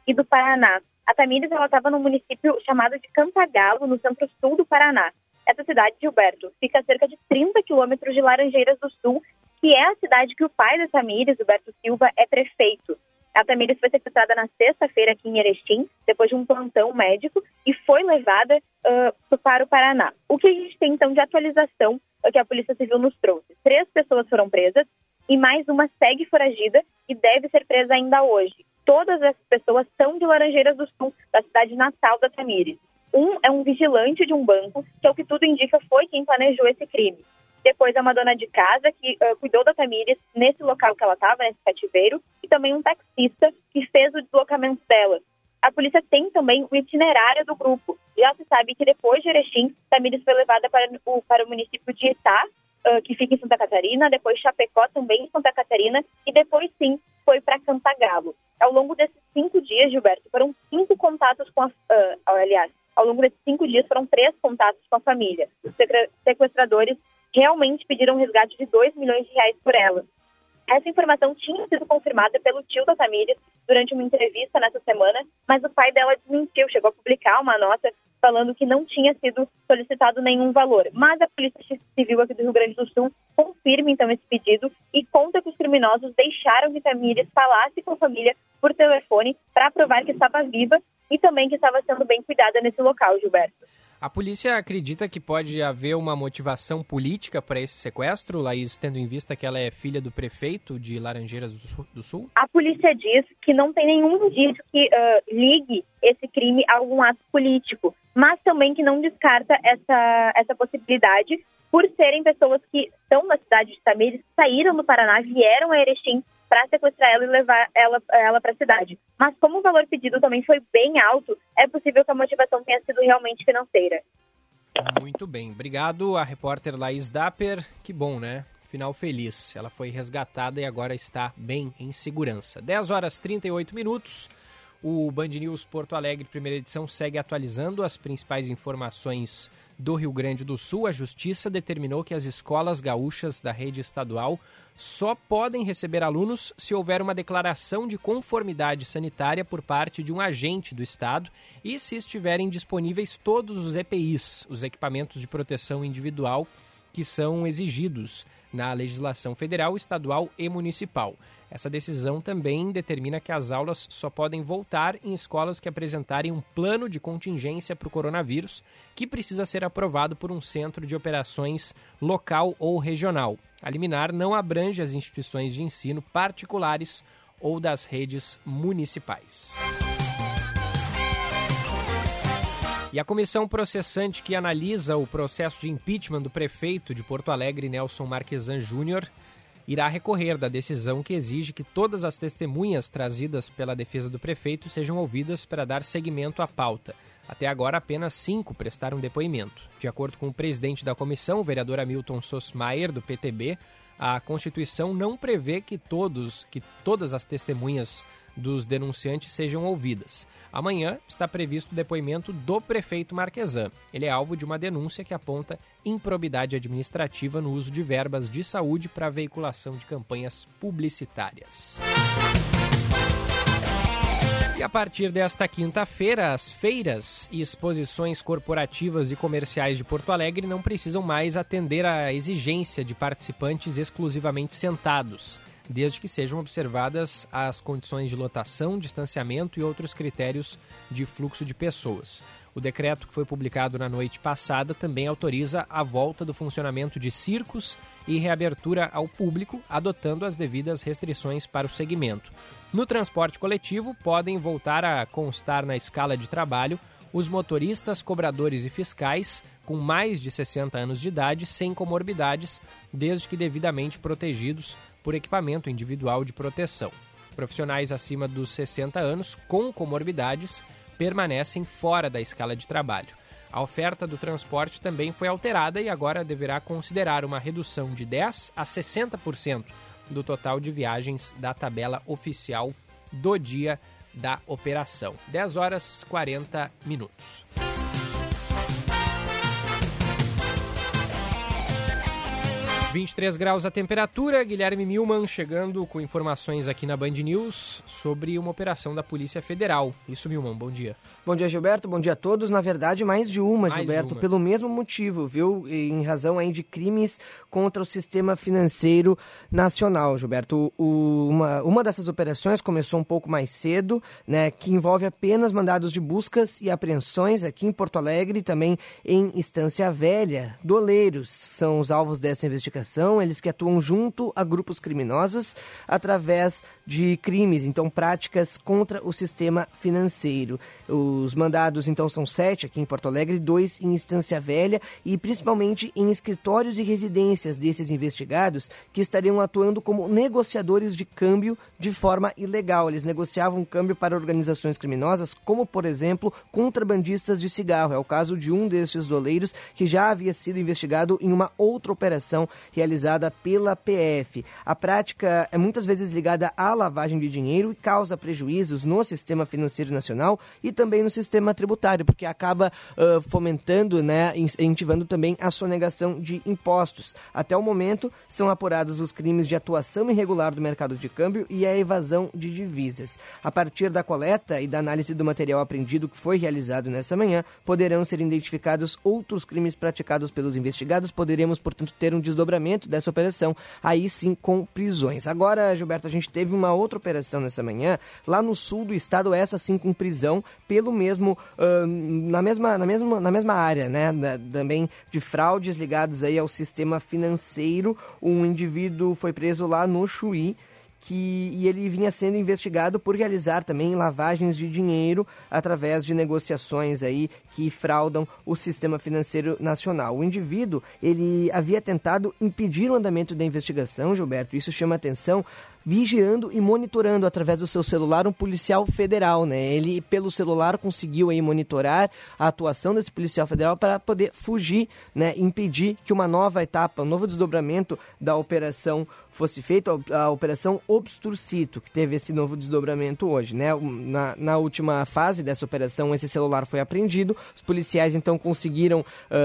aqui do Paraná. A Tamires estava no município chamado de Cantagalo, no centro-sul do Paraná. Essa cidade, Gilberto, fica a cerca de trinta quilômetros de Laranjeiras do Sul, que é a cidade que o pai da Tamires, Huberto Silva, é prefeito. A Tamires foi sequestrada na sexta-feira aqui em Erechim, depois de um plantão médico, e foi levada uh, para o Paraná. O que a gente tem, então, de atualização é que a Polícia Civil nos trouxe? Três pessoas foram presas e mais uma segue foragida e deve ser presa ainda hoje. Todas essas pessoas são de Laranjeiras do Sul, da cidade natal da Tamires. Um é um vigilante de um banco, que, ao que tudo indica, foi quem planejou esse crime. Depois é uma dona de casa que uh, cuidou da Tamires nesse local que ela estava, nesse cativeiro, e também um taxista que fez o deslocamento dela. A polícia tem também o itinerário do grupo. Já se sabe que depois de Erechim, Tamires foi levada para o, para o município de Itá, uh, que fica em Santa Catarina, depois Chapecó, também em Santa Catarina, e depois sim foi para Cantagalo. Ao longo desses cinco dias, Gilberto, foram cinco contatos com a... Uh, aliás, ao longo desses cinco dias foram três contatos com a família. Os sequestradores realmente pediram um resgate de dois milhões de reais por ela. Essa informação tinha sido confirmada pelo tio da Tamires durante uma entrevista nessa semana, mas o pai dela desmentiu, chegou a publicar uma nota falando que não tinha sido solicitado nenhum valor. Mas a Polícia Civil aqui do Rio Grande do Sul confirma então esse pedido e conta que os criminosos deixaram que Tamires falasse com a família por telefone para provar que estava viva e também que estava sendo bem cuidada nesse local, Gilberto. A polícia acredita que pode haver uma motivação política para esse sequestro, Laís, tendo em vista que ela é filha do prefeito de Laranjeiras do Sul? A polícia diz que não tem nenhum indício que uh, ligue esse crime a algum ato político, mas também que não descarta essa, essa possibilidade por serem pessoas que estão na cidade de Tamires, saíram do Paraná, vieram a Erechim para sequestrar ela e levar ela, ela para a cidade. Mas como o valor pedido também foi bem alto, é possível que a motivação tenha sido realmente financeira. Muito bem. Obrigado a repórter Laís Dapper. Que bom, né? Final feliz. Ela foi resgatada e agora está bem em segurança. dez horas e trinta e oito minutos. O Band News Porto Alegre, primeira edição, segue atualizando as principais informações do Rio Grande do Sul. A Justiça determinou que as escolas gaúchas da rede estadual só podem receber alunos se houver uma declaração de conformidade sanitária por parte de um agente do Estado e se estiverem disponíveis todos os E P Is, os equipamentos de proteção individual que são exigidos na legislação federal, estadual e municipal. Essa decisão também determina que as aulas só podem voltar em escolas que apresentarem um plano de contingência para o coronavírus, que precisa ser aprovado por um centro de operações local ou regional. A liminar não abrange as instituições de ensino particulares ou das redes municipais. E a comissão processante que analisa o processo de impeachment do prefeito de Porto Alegre, Nelson Marquesan Júnior, irá recorrer da decisão que exige que todas as testemunhas trazidas pela defesa do prefeito sejam ouvidas para dar seguimento à pauta. Até agora, apenas cinco prestaram depoimento. De acordo com o presidente da comissão, o vereador Hamilton Sossmaier, do P T B, a Constituição não prevê que, todos, que todas as testemunhas dos denunciantes sejam ouvidas. Amanhã está previsto o depoimento do prefeito Marquesan. Ele é alvo de uma denúncia que aponta improbidade administrativa no uso de verbas de saúde para a veiculação de campanhas publicitárias. E a partir desta quinta-feira, as feiras e exposições corporativas e comerciais de Porto Alegre não precisam mais atender à exigência de participantes exclusivamente sentados, desde que sejam observadas as condições de lotação, distanciamento e outros critérios de fluxo de pessoas. O decreto que foi publicado na noite passada também autoriza a volta do funcionamento de circos e reabertura ao público, adotando as devidas restrições para o segmento. No transporte coletivo, podem voltar a constar na escala de trabalho os motoristas, cobradores e fiscais com mais de sessenta anos de idade, sem comorbidades, desde que devidamente protegidos por equipamento individual de proteção. Profissionais acima dos sessenta anos com comorbidades permanecem fora da escala de trabalho. A oferta do transporte também foi alterada e agora deverá considerar uma redução de dez a sessenta por cento do total de viagens da tabela oficial do dia da operação. dez horas e quarenta minutos. vinte e três graus a temperatura. Guilherme Milman chegando com informações aqui na Band News sobre uma operação da Polícia Federal. Isso, Milman, bom dia. Bom dia, Gilberto. Bom dia a todos. Na verdade, mais de uma, mais Gilberto, de uma. pelo mesmo motivo, viu? Em razão aí de crimes contra o sistema financeiro nacional, Gilberto. O, uma, uma dessas operações começou um pouco mais cedo, né, que envolve apenas mandados de buscas e apreensões aqui em Porto Alegre e também em Estância Velha. Doleiros são os alvos dessa investigação. Eles que atuam junto a grupos criminosos através de crimes, então práticas contra o sistema financeiro. Os mandados, então, são sete aqui em Porto Alegre, dois em Estância Velha e principalmente em escritórios e residências desses investigados que estariam atuando como negociadores de câmbio de forma ilegal. Eles negociavam câmbio para organizações criminosas, como, por exemplo, contrabandistas de cigarro. É o caso de um destes doleiros que já havia sido investigado em uma outra operação realizada pela P F. A prática é muitas vezes ligada à lavagem de dinheiro e causa prejuízos no sistema financeiro nacional e também no sistema tributário, porque acaba uh, fomentando, né, incentivando também a sonegação de impostos. Até o momento, são apurados os crimes de atuação irregular do mercado de câmbio e a evasão de divisas. A partir da coleta e da análise do material apreendido que foi realizado nessa manhã, poderão ser identificados outros crimes praticados pelos investigados. Poderemos, portanto, ter um desdobramento dessa operação, aí sim com prisões. Agora, Gilberto, a gente teve uma outra operação nessa manhã, lá no sul do estado, essa sim com prisão, pelo mesmo, uh, na, mesma, na, mesma, na mesma área, né, da, também de fraudes ligadas aí ao sistema financeiro. Um indivíduo foi preso lá no Chuí, que e ele vinha sendo investigado por realizar também lavagens de dinheiro através de negociações aí que fraudam o sistema financeiro nacional. O indivíduo, ele havia tentado impedir o andamento da investigação, Gilberto, isso chama atenção, vigiando e monitorando através do seu celular um policial federal, né? Ele, pelo celular, conseguiu aí monitorar a atuação desse policial federal para poder fugir, né? Impedir que uma nova etapa, um novo desdobramento da operação fosse feito, a, a operação Obsturcito, que teve esse novo desdobramento hoje, né? Na, na última fase dessa operação, esse celular foi apreendido, os policiais então conseguiram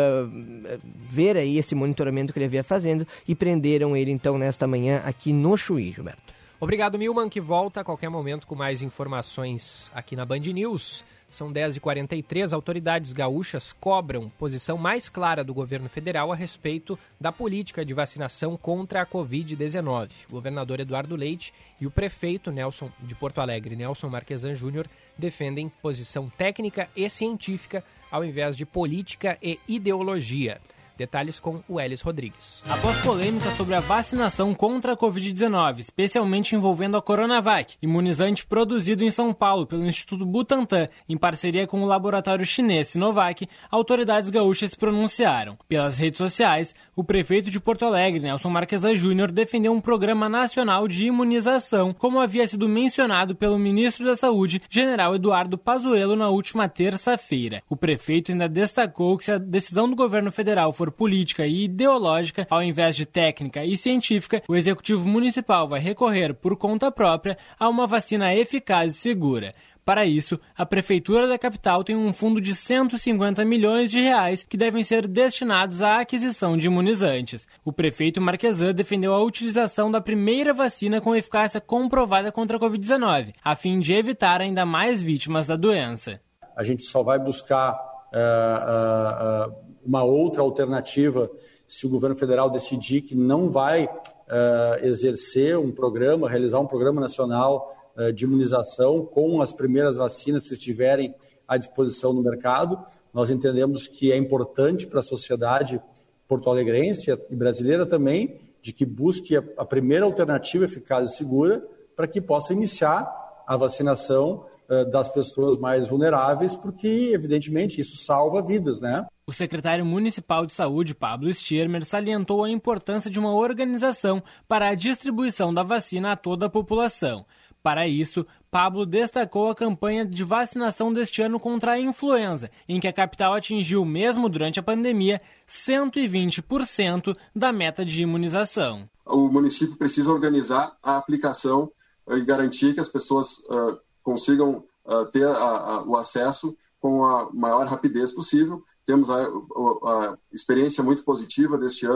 uh, ver aí esse monitoramento que ele havia fazendo e prenderam ele então nesta manhã aqui no Chuí, Gilberto. Obrigado, Milman, que volta a qualquer momento com mais informações aqui na Band News. São dez e quarenta e três, autoridades gaúchas cobram posição mais clara do governo federal a respeito da política de vacinação contra a covid dezenove. O governador Eduardo Leite e o prefeito Nelson de Porto Alegre, Nelson Marquesan Júnior, defendem posição técnica e científica ao invés de política e ideologia. Detalhes com o Elis Rodrigues. Após polêmica sobre a vacinação contra a covid dezenove, especialmente envolvendo a Coronavac, imunizante produzido em São Paulo pelo Instituto Butantan, em parceria com o laboratório chinês Sinovac, autoridades gaúchas se pronunciaram. Pelas redes sociais, o prefeito de Porto Alegre, Nelson Marquesan Júnior, defendeu um programa nacional de imunização, como havia sido mencionado pelo ministro da Saúde, general Eduardo Pazuello, na última terça-feira. O prefeito ainda destacou que se a decisão do governo federal for política e ideológica, ao invés de técnica e científica, o executivo municipal vai recorrer por conta própria a uma vacina eficaz e segura. Para isso, a prefeitura da capital tem um fundo de cento e cinquenta milhões de reais que devem ser destinados à aquisição de imunizantes. O prefeito Marquesan defendeu a utilização da primeira vacina com eficácia comprovada contra a covid dezenove, a fim de evitar ainda mais vítimas da doença. A gente só vai buscar uh, uh, uh, uma outra alternativa se o governo federal decidir que não vai uh, exercer um programa, realizar um programa nacional uh, de imunização com as primeiras vacinas que estiverem à disposição no mercado. Nós entendemos que é importante para a sociedade porto-alegrense e brasileira também, de que busque a, a primeira alternativa eficaz e segura para que possa iniciar a vacinação uh, das pessoas mais vulneráveis, porque, evidentemente, isso salva vidas, né? O secretário municipal de saúde, Pablo Stirmer, salientou a importância de uma organização para a distribuição da vacina a toda a população. Para isso, Pablo destacou a campanha de vacinação deste ano contra a influenza, em que a capital atingiu, mesmo durante a pandemia, cento e vinte por cento da meta de imunização. O município precisa organizar a aplicação e garantir que as pessoas uh, consigam uh, ter a, a, o acesso com a maior rapidez possível. Temos a, a experiência muito positiva deste ano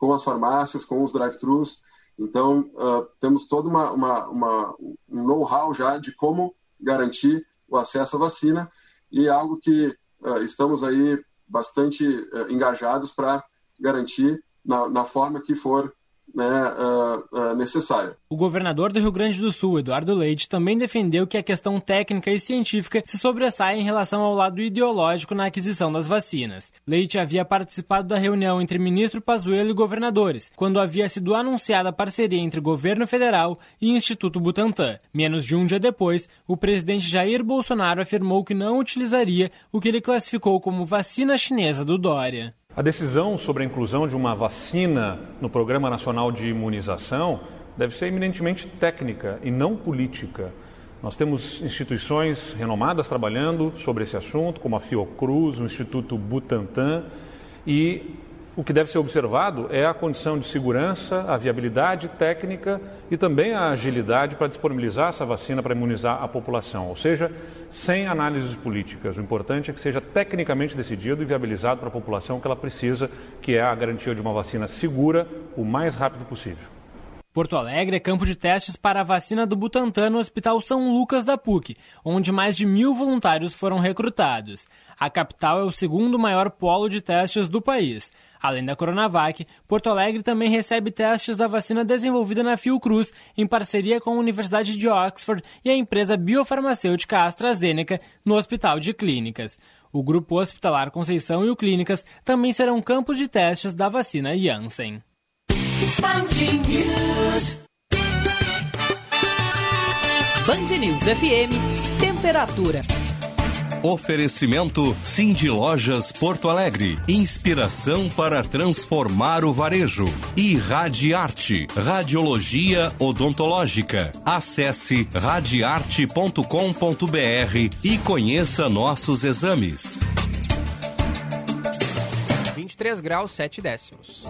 com as farmácias, com os drive-thrus. Então, uh, temos todo uma, uma, uma, um know-how já de como garantir o acesso à vacina, e é algo que uh, estamos aí bastante uh, engajados para garantir na, na forma que for, né, uh, uh, necessária. O governador do Rio Grande do Sul, Eduardo Leite, também defendeu que a questão técnica e científica se sobressai em relação ao lado ideológico na aquisição das vacinas. Leite havia participado da reunião entre ministro Pazuello e governadores, quando havia sido anunciada a parceria entre governo federal e Instituto Butantan. Menos de um dia depois, o presidente Jair Bolsonaro afirmou que não utilizaria o que ele classificou como vacina chinesa do Dória. A decisão sobre a inclusão de uma vacina no Programa Nacional de Imunização deve ser eminentemente técnica e não política. Nós temos instituições renomadas trabalhando sobre esse assunto, como a Fiocruz, o Instituto Butantan, e o que deve ser observado é a condição de segurança, a viabilidade técnica e também a agilidade para disponibilizar essa vacina para imunizar a população, ou seja, sem análises políticas. O importante é que seja tecnicamente decidido e viabilizado para a população o que ela precisa, que é a garantia de uma vacina segura o mais rápido possível. Porto Alegre é campo de testes para a vacina do Butantan no Hospital São Lucas da P U C, onde mais de mil voluntários foram recrutados. A capital é o segundo maior polo de testes do país. Além da Coronavac, Porto Alegre também recebe testes da vacina desenvolvida na Fiocruz, em parceria com a Universidade de Oxford e a empresa biofarmacêutica AstraZeneca, no Hospital de Clínicas. O Grupo Hospitalar Conceição e o Clínicas também serão campos de testes da vacina Janssen. Band News. Band News F M, temperatura. Oferecimento Cindy Lojas Porto Alegre. Inspiração para transformar o varejo. E Radiarte, radiologia odontológica. Acesse radiarte ponto com ponto b r e conheça nossos exames. vinte e três graus, sete décimos.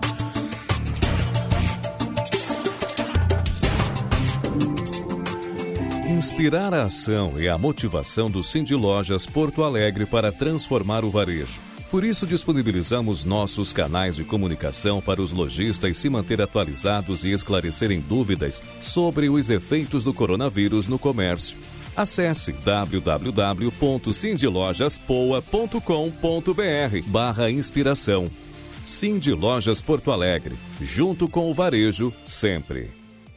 Inspirar a ação e a motivação do Cindy Lojas Porto Alegre para transformar o varejo. Por isso, disponibilizamos nossos canais de comunicação para os lojistas se manter atualizados e esclarecerem dúvidas sobre os efeitos do coronavírus no comércio. Acesse w w w ponto cindy lojas poa ponto com ponto b r barra inspiração. Cindy Lojas Porto Alegre, junto com o varejo, sempre.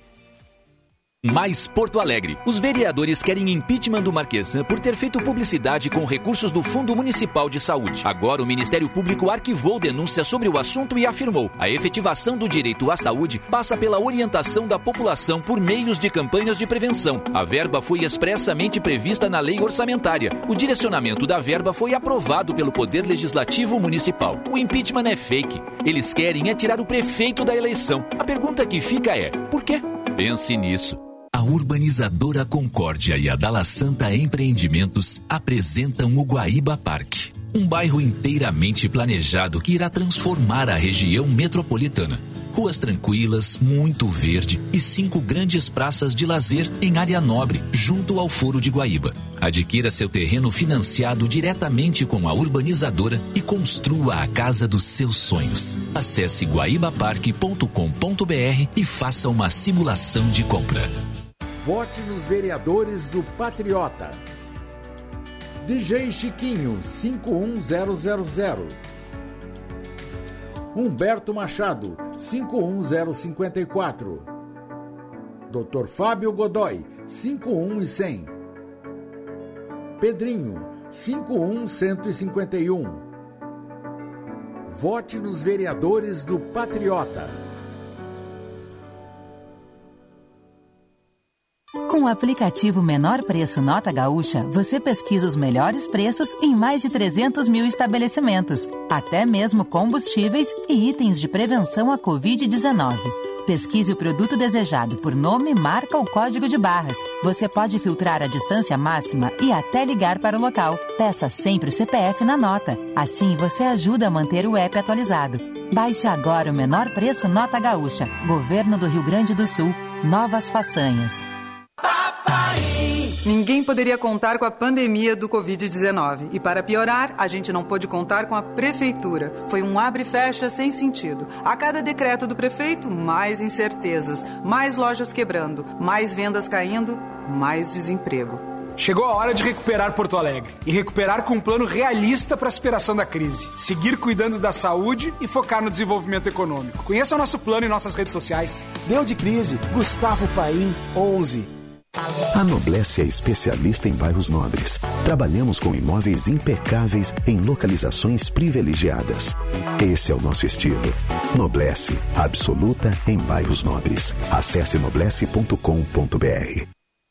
Mais Porto Alegre. Os vereadores querem impeachment do Marquesan por ter feito publicidade com recursos do Fundo Municipal de Saúde. Agora o Ministério Público arquivou denúncia sobre o assunto e afirmou: a efetivação do direito à saúde passa pela orientação da população por meios de campanhas de prevenção. A verba foi expressamente prevista na lei orçamentária. O direcionamento da verba foi aprovado pelo Poder Legislativo Municipal. O impeachment é fake. Eles querem é tirar o prefeito da eleição. A pergunta que fica é: por quê? Pense nisso. A Urbanizadora Concórdia e a Dalla Santa Empreendimentos apresentam o Guaíba Parque, um bairro inteiramente planejado que irá transformar a região metropolitana. Ruas tranquilas, muito verde e cinco grandes praças de lazer em área nobre, junto ao Foro de Guaíba. Adquira seu terreno financiado diretamente com a urbanizadora e construa a casa dos seus sonhos. Acesse guaíba parque ponto com ponto b r e faça uma simulação de compra. Vote nos vereadores do Patriota. D J Chiquinho, cinco um zero zero zero. Humberto Machado, cinco um zero cinco quatro. doutor Fábio Godoy, cinco um e cem. Pedrinho, cinco um cento e cinquenta e um. Vote nos vereadores do Patriota. Com o aplicativo Menor Preço Nota Gaúcha, você pesquisa os melhores preços em mais de trezentos mil estabelecimentos, até mesmo combustíveis e itens de prevenção à covid dezenove. Pesquise o produto desejado por nome, marca ou código de barras. Você pode filtrar a distância máxima e até ligar para o local. Peça sempre o C P F na nota. Assim você ajuda a manter o app atualizado. Baixe agora o Menor Preço Nota Gaúcha. Governo do Rio Grande do Sul. Novas façanhas. Papai. Ninguém poderia contar com a pandemia do covid dezenove. E para piorar, a gente não pôde contar com a prefeitura. Foi um abre e fecha sem sentido. A cada decreto do prefeito, mais incertezas, mais lojas quebrando, mais vendas caindo, mais desemprego. Chegou a hora de recuperar Porto Alegre. E recuperar com um plano realista para a superação da crise. Seguir cuidando da saúde e focar no desenvolvimento econômico. Conheça o nosso plano em nossas redes sociais. Deu de crise. Gustavo Paim, onze. A Noblesse é especialista em bairros nobres. Trabalhamos com imóveis impecáveis em localizações privilegiadas. Esse é o nosso estilo. Noblesse, absoluta em bairros nobres. Acesse noblesse ponto com ponto b r.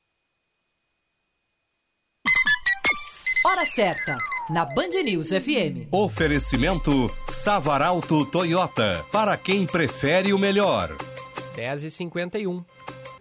Hora certa, na Band News F M. Oferecimento Savaralto Toyota, para quem prefere o melhor. dez e cinquenta e um.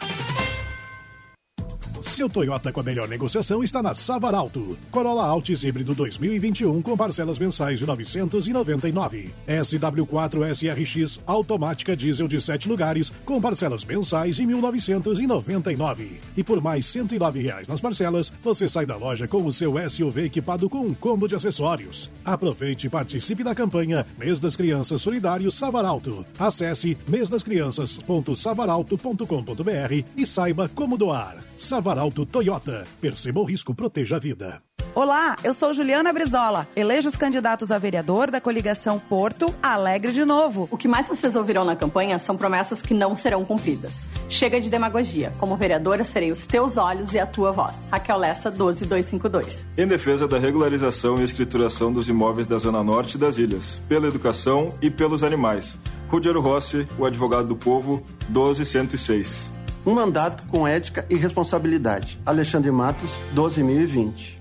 Seu Toyota com a melhor negociação está na Savaralto. Corolla Altis híbrido dois mil e vinte e um com parcelas mensais de novecentos e noventa e nove. S W quatro S R X automática diesel de sete lugares com parcelas mensais de mil novecentos e noventa e nove. E por mais cento e nove reais nas parcelas, você sai da loja com o seu S U V equipado com um combo de acessórios. Aproveite e participe da campanha Mês das Crianças Solidário Savaralto. Acesse mês das crianças ponto savaralto ponto com ponto b r e saiba como doar. Savaralto Toyota. Perceba o risco, proteja a vida. Olá, eu sou Juliana Brizola. Eleja os candidatos a vereador da coligação Porto Alegre de Novo. O que mais vocês ouvirão na campanha são promessas que não serão cumpridas. Chega de demagogia. Como vereadora, serei os teus olhos e a tua voz. Raquel Lessa, doze mil duzentos e cinquenta e dois. Em defesa da regularização e escrituração dos imóveis da Zona Norte das Ilhas, pela educação e pelos animais. Rudiero Rossi, o advogado do povo, doze mil cento e seis. Um mandato com ética e responsabilidade. Alexandre Matos, doze mil e vinte.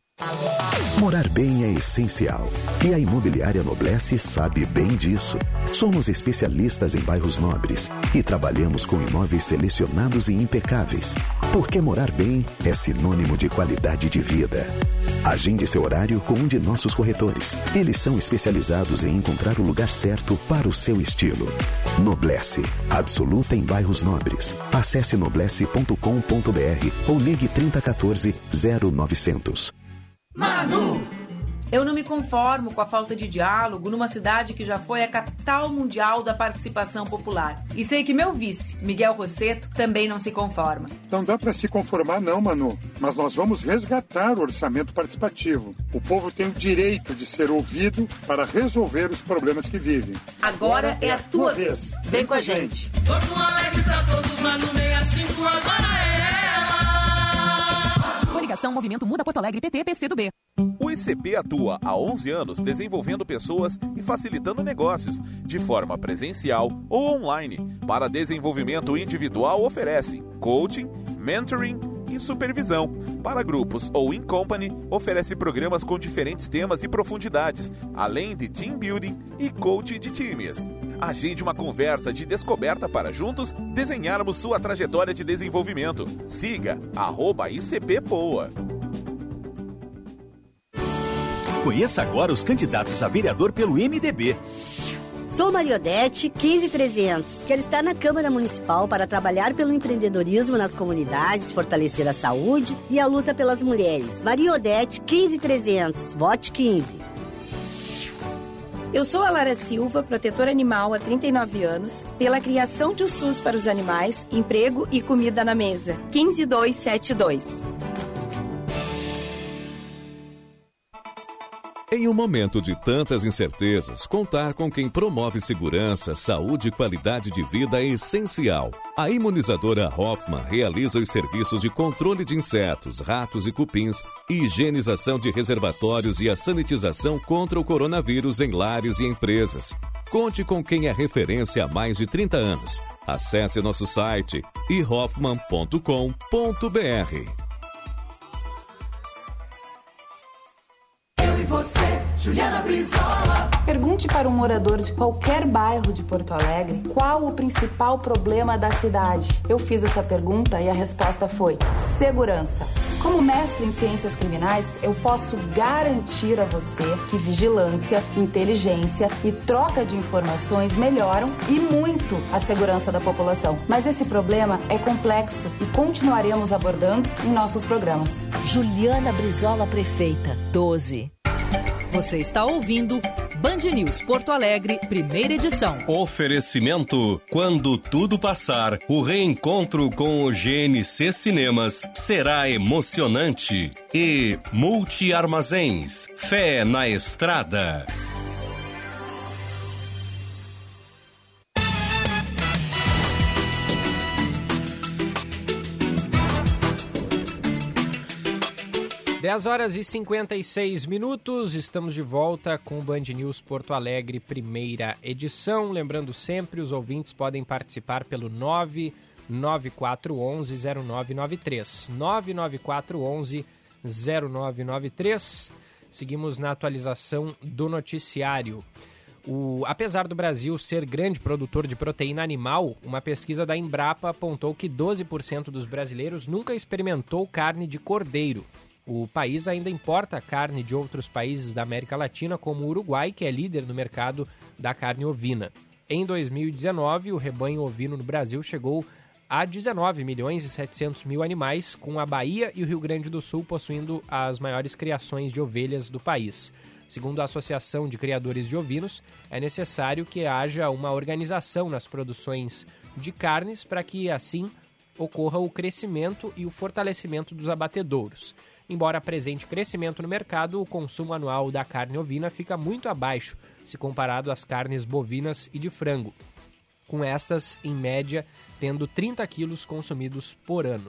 Morar bem é essencial. E a Imobiliária Noblesse sabe bem disso. Somos especialistas em bairros nobres e trabalhamos com imóveis selecionados e impecáveis. Porque morar bem é sinônimo de qualidade de vida. Agende seu horário com um de nossos corretores. Eles são especializados em encontrar o lugar certo para o seu estilo. Noblesse, absoluta em bairros nobres. Acesse noblesse ponto com ponto b r ou ligue trinta quatorze zero novecentos. Manu! Eu não me conformo com a falta de diálogo numa cidade que já foi a capital mundial da participação popular. E sei que meu vice, Miguel Rosseto, também não se conforma. Não dá para se conformar não, Manu. Mas nós vamos resgatar o orçamento participativo. O povo tem o direito de ser ouvido para resolver os problemas que vivem. Agora, agora é a tua vez. vez. Vem com a gente. Porto Alegre pra todos, Manu sessenta e cinco, agora é ela. Coligação Movimento Muda Porto Alegre P T P C do B. O I C P atua há onze anos desenvolvendo pessoas e facilitando negócios, de forma presencial ou online. Para desenvolvimento individual, oferece coaching, mentoring e supervisão. Para grupos ou in company, oferece programas com diferentes temas e profundidades, além de team building e coaching de times. Agende uma conversa de descoberta para juntos desenharmos sua trajetória de desenvolvimento. Siga arroba I C P Poa. Conheça agora os candidatos a vereador pelo M D B. Sou Mariodete, quinze mil e trezentos. Quero estar na Câmara Municipal para trabalhar pelo empreendedorismo nas comunidades, fortalecer a saúde e a luta pelas mulheres. Mariodete, quinze mil e trezentos. Vote quinze. Eu sou a Lara Silva, protetora animal há trinta e nove anos, pela criação de um SUS para os animais, emprego e comida na mesa. quinze mil duzentos e setenta e dois. Em um momento de tantas incertezas, contar com quem promove segurança, saúde e qualidade de vida é essencial. A imunizadora Hoffmann realiza os serviços de controle de insetos, ratos e cupins, higienização de reservatórios e a sanitização contra o coronavírus em lares e empresas. Conte com quem é referência há mais de trinta anos. Acesse nosso site i hoffmann ponto com ponto b r. você, Juliana Brizola. Pergunte para um morador de qualquer bairro de Porto Alegre qual o principal problema da cidade. Eu fiz essa pergunta e a resposta foi segurança. Como mestre em ciências criminais, eu posso garantir a você que vigilância, inteligência e troca de informações melhoram e muito a segurança da população. Mas esse problema é complexo e continuaremos abordando em nossos programas. Juliana Brizola, prefeita, doze. Você está ouvindo Band News Porto Alegre, primeira edição. Oferecimento: quando tudo passar, o reencontro com o G N C Cinemas será emocionante. E Multi Armazéns, fé na estrada. dez horas e cinquenta e seis minutos, estamos de volta com o Band News Porto Alegre, primeira edição. Lembrando sempre, os ouvintes podem participar pelo nove nove quatro um um zero nove nove três. nove nove quatro um um zero nove nove três. Seguimos na atualização do noticiário. O, apesar do Brasil ser grande produtor de proteína animal, uma pesquisa da Embrapa apontou que doze por cento dos brasileiros nunca experimentou carne de cordeiro. O país ainda importa carne de outros países da América Latina, como o Uruguai, que é líder no mercado da carne ovina. Em dois mil e dezenove, o rebanho ovino no Brasil chegou a dezenove milhões e setecentos mil animais, com a Bahia e o Rio Grande do Sul possuindo as maiores criações de ovelhas do país. Segundo a Associação de Criadores de Ovinos, é necessário que haja uma organização nas produções de carnes para que, assim, ocorra o crescimento e o fortalecimento dos abatedouros. Embora apresente crescimento no mercado, o consumo anual da carne ovina fica muito abaixo se comparado às carnes bovinas e de frango, com estas, em média, tendo trinta quilos consumidos por ano.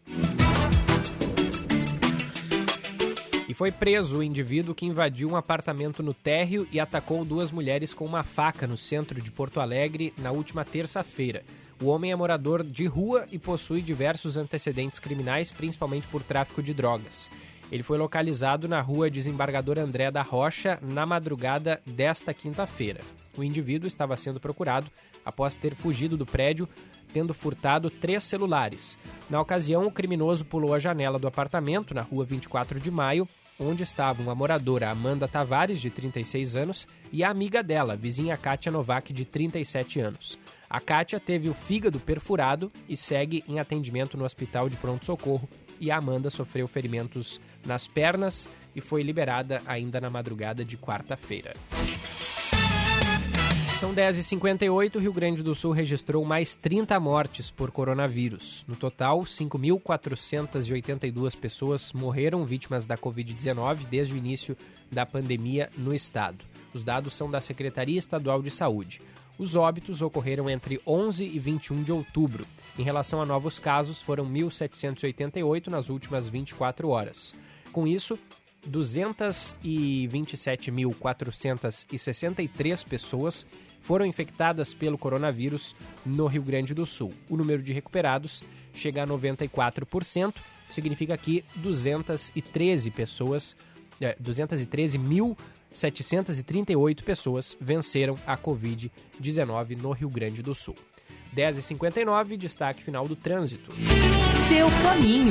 E foi preso o indivíduo que invadiu um apartamento no térreo e atacou duas mulheres com uma faca no centro de Porto Alegre na última terça-feira. O homem é morador de rua e possui diversos antecedentes criminais, principalmente por tráfico de drogas. Ele foi localizado na rua Desembargador André da Rocha na madrugada desta quinta-feira. O indivíduo estava sendo procurado após ter fugido do prédio, tendo furtado três celulares. Na ocasião, o criminoso pulou a janela do apartamento na rua vinte e quatro de maio, onde estavam a moradora Amanda Tavares, de trinta e seis anos, e a amiga dela, a vizinha Kátia Novak, de trinta e sete anos. A Kátia teve o fígado perfurado e segue em atendimento no hospital de pronto-socorro, e a Amanda sofreu ferimentos nas pernas e foi liberada ainda na madrugada de quarta-feira. São dez e cinquenta e oito, o Rio Grande do Sul registrou mais trinta mortes por coronavírus. No total, cinco mil quatrocentas e oitenta e duas pessoas morreram vítimas da covid dezenove desde o início da pandemia no estado. Os dados são da Secretaria Estadual de Saúde. Os óbitos ocorreram entre onze e vinte e um de outubro. Em relação a novos casos, foram mil setecentos e oitenta e oito nas últimas vinte e quatro horas. Com isso, duzentas e vinte e sete mil quatrocentas e sessenta e três pessoas foram infectadas pelo coronavírus no Rio Grande do Sul. O número de recuperados chega a noventa e quatro por cento, significa que duzentas e treze pessoas, é, duzentas e treze mil setecentas e trinta e oito pessoas venceram a covid dezenove no Rio Grande do Sul. dez e cinquenta e nove, destaque final do trânsito. Seu caminho.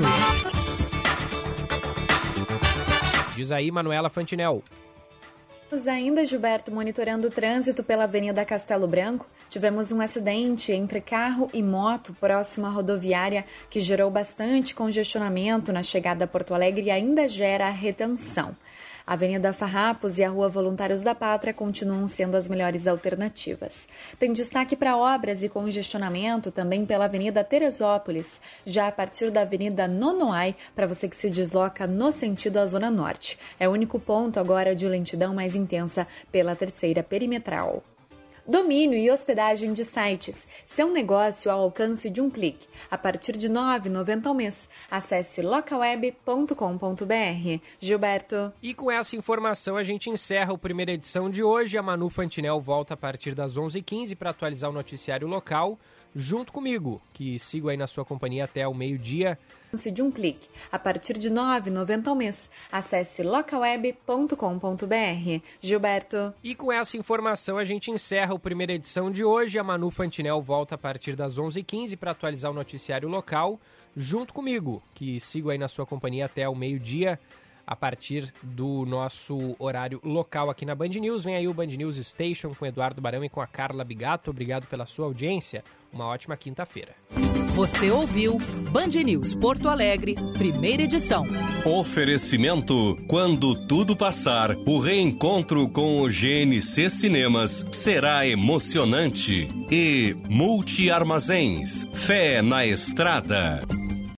Diz aí, Manuela Fantinel. Ainda, Gilberto, monitorando o trânsito pela Avenida Castelo Branco, tivemos um acidente entre carro e moto próximo à rodoviária que gerou bastante congestionamento na chegada a Porto Alegre e ainda gera retenção. A Avenida Farrapos e a Rua Voluntários da Pátria continuam sendo as melhores alternativas. Tem destaque para obras e congestionamento também pela Avenida Teresópolis, já a partir da Avenida Nonoai, para você que se desloca no sentido à Zona Norte. É o único ponto agora de lentidão mais intensa pela Terceira Perimetral. Domínio e hospedagem de sites. Seu negócio ao alcance de um clique. A partir de nove reais e noventa centavos ao mês. Acesse localweb ponto com ponto b r. Gilberto. E com essa informação a gente encerra a primeira edição de hoje. A Manu Fantinel volta a partir das onze e quinze para atualizar o noticiário local. junto comigo, que sigo aí na sua companhia até o meio-dia. De um clique, a partir de nove reais e noventa centavos ao mês. Acesse localweb ponto com ponto b r. Gilberto. E com essa informação a gente encerra a primeira edição de hoje. A Manu Fantinel volta a partir das onze e quinze para atualizar o noticiário local, junto comigo, que sigo aí na sua companhia até o meio-dia, a partir do nosso horário local aqui na Band News. Vem aí o Band News Station com Eduardo Barão e com a Carla Bigato. Obrigado pela sua audiência. Uma ótima quinta-feira. Você ouviu Band News Porto Alegre, primeira edição. Oferecimento: quando tudo passar, o reencontro com o G N C Cinemas será emocionante. E Multi Armazéns, fé na estrada.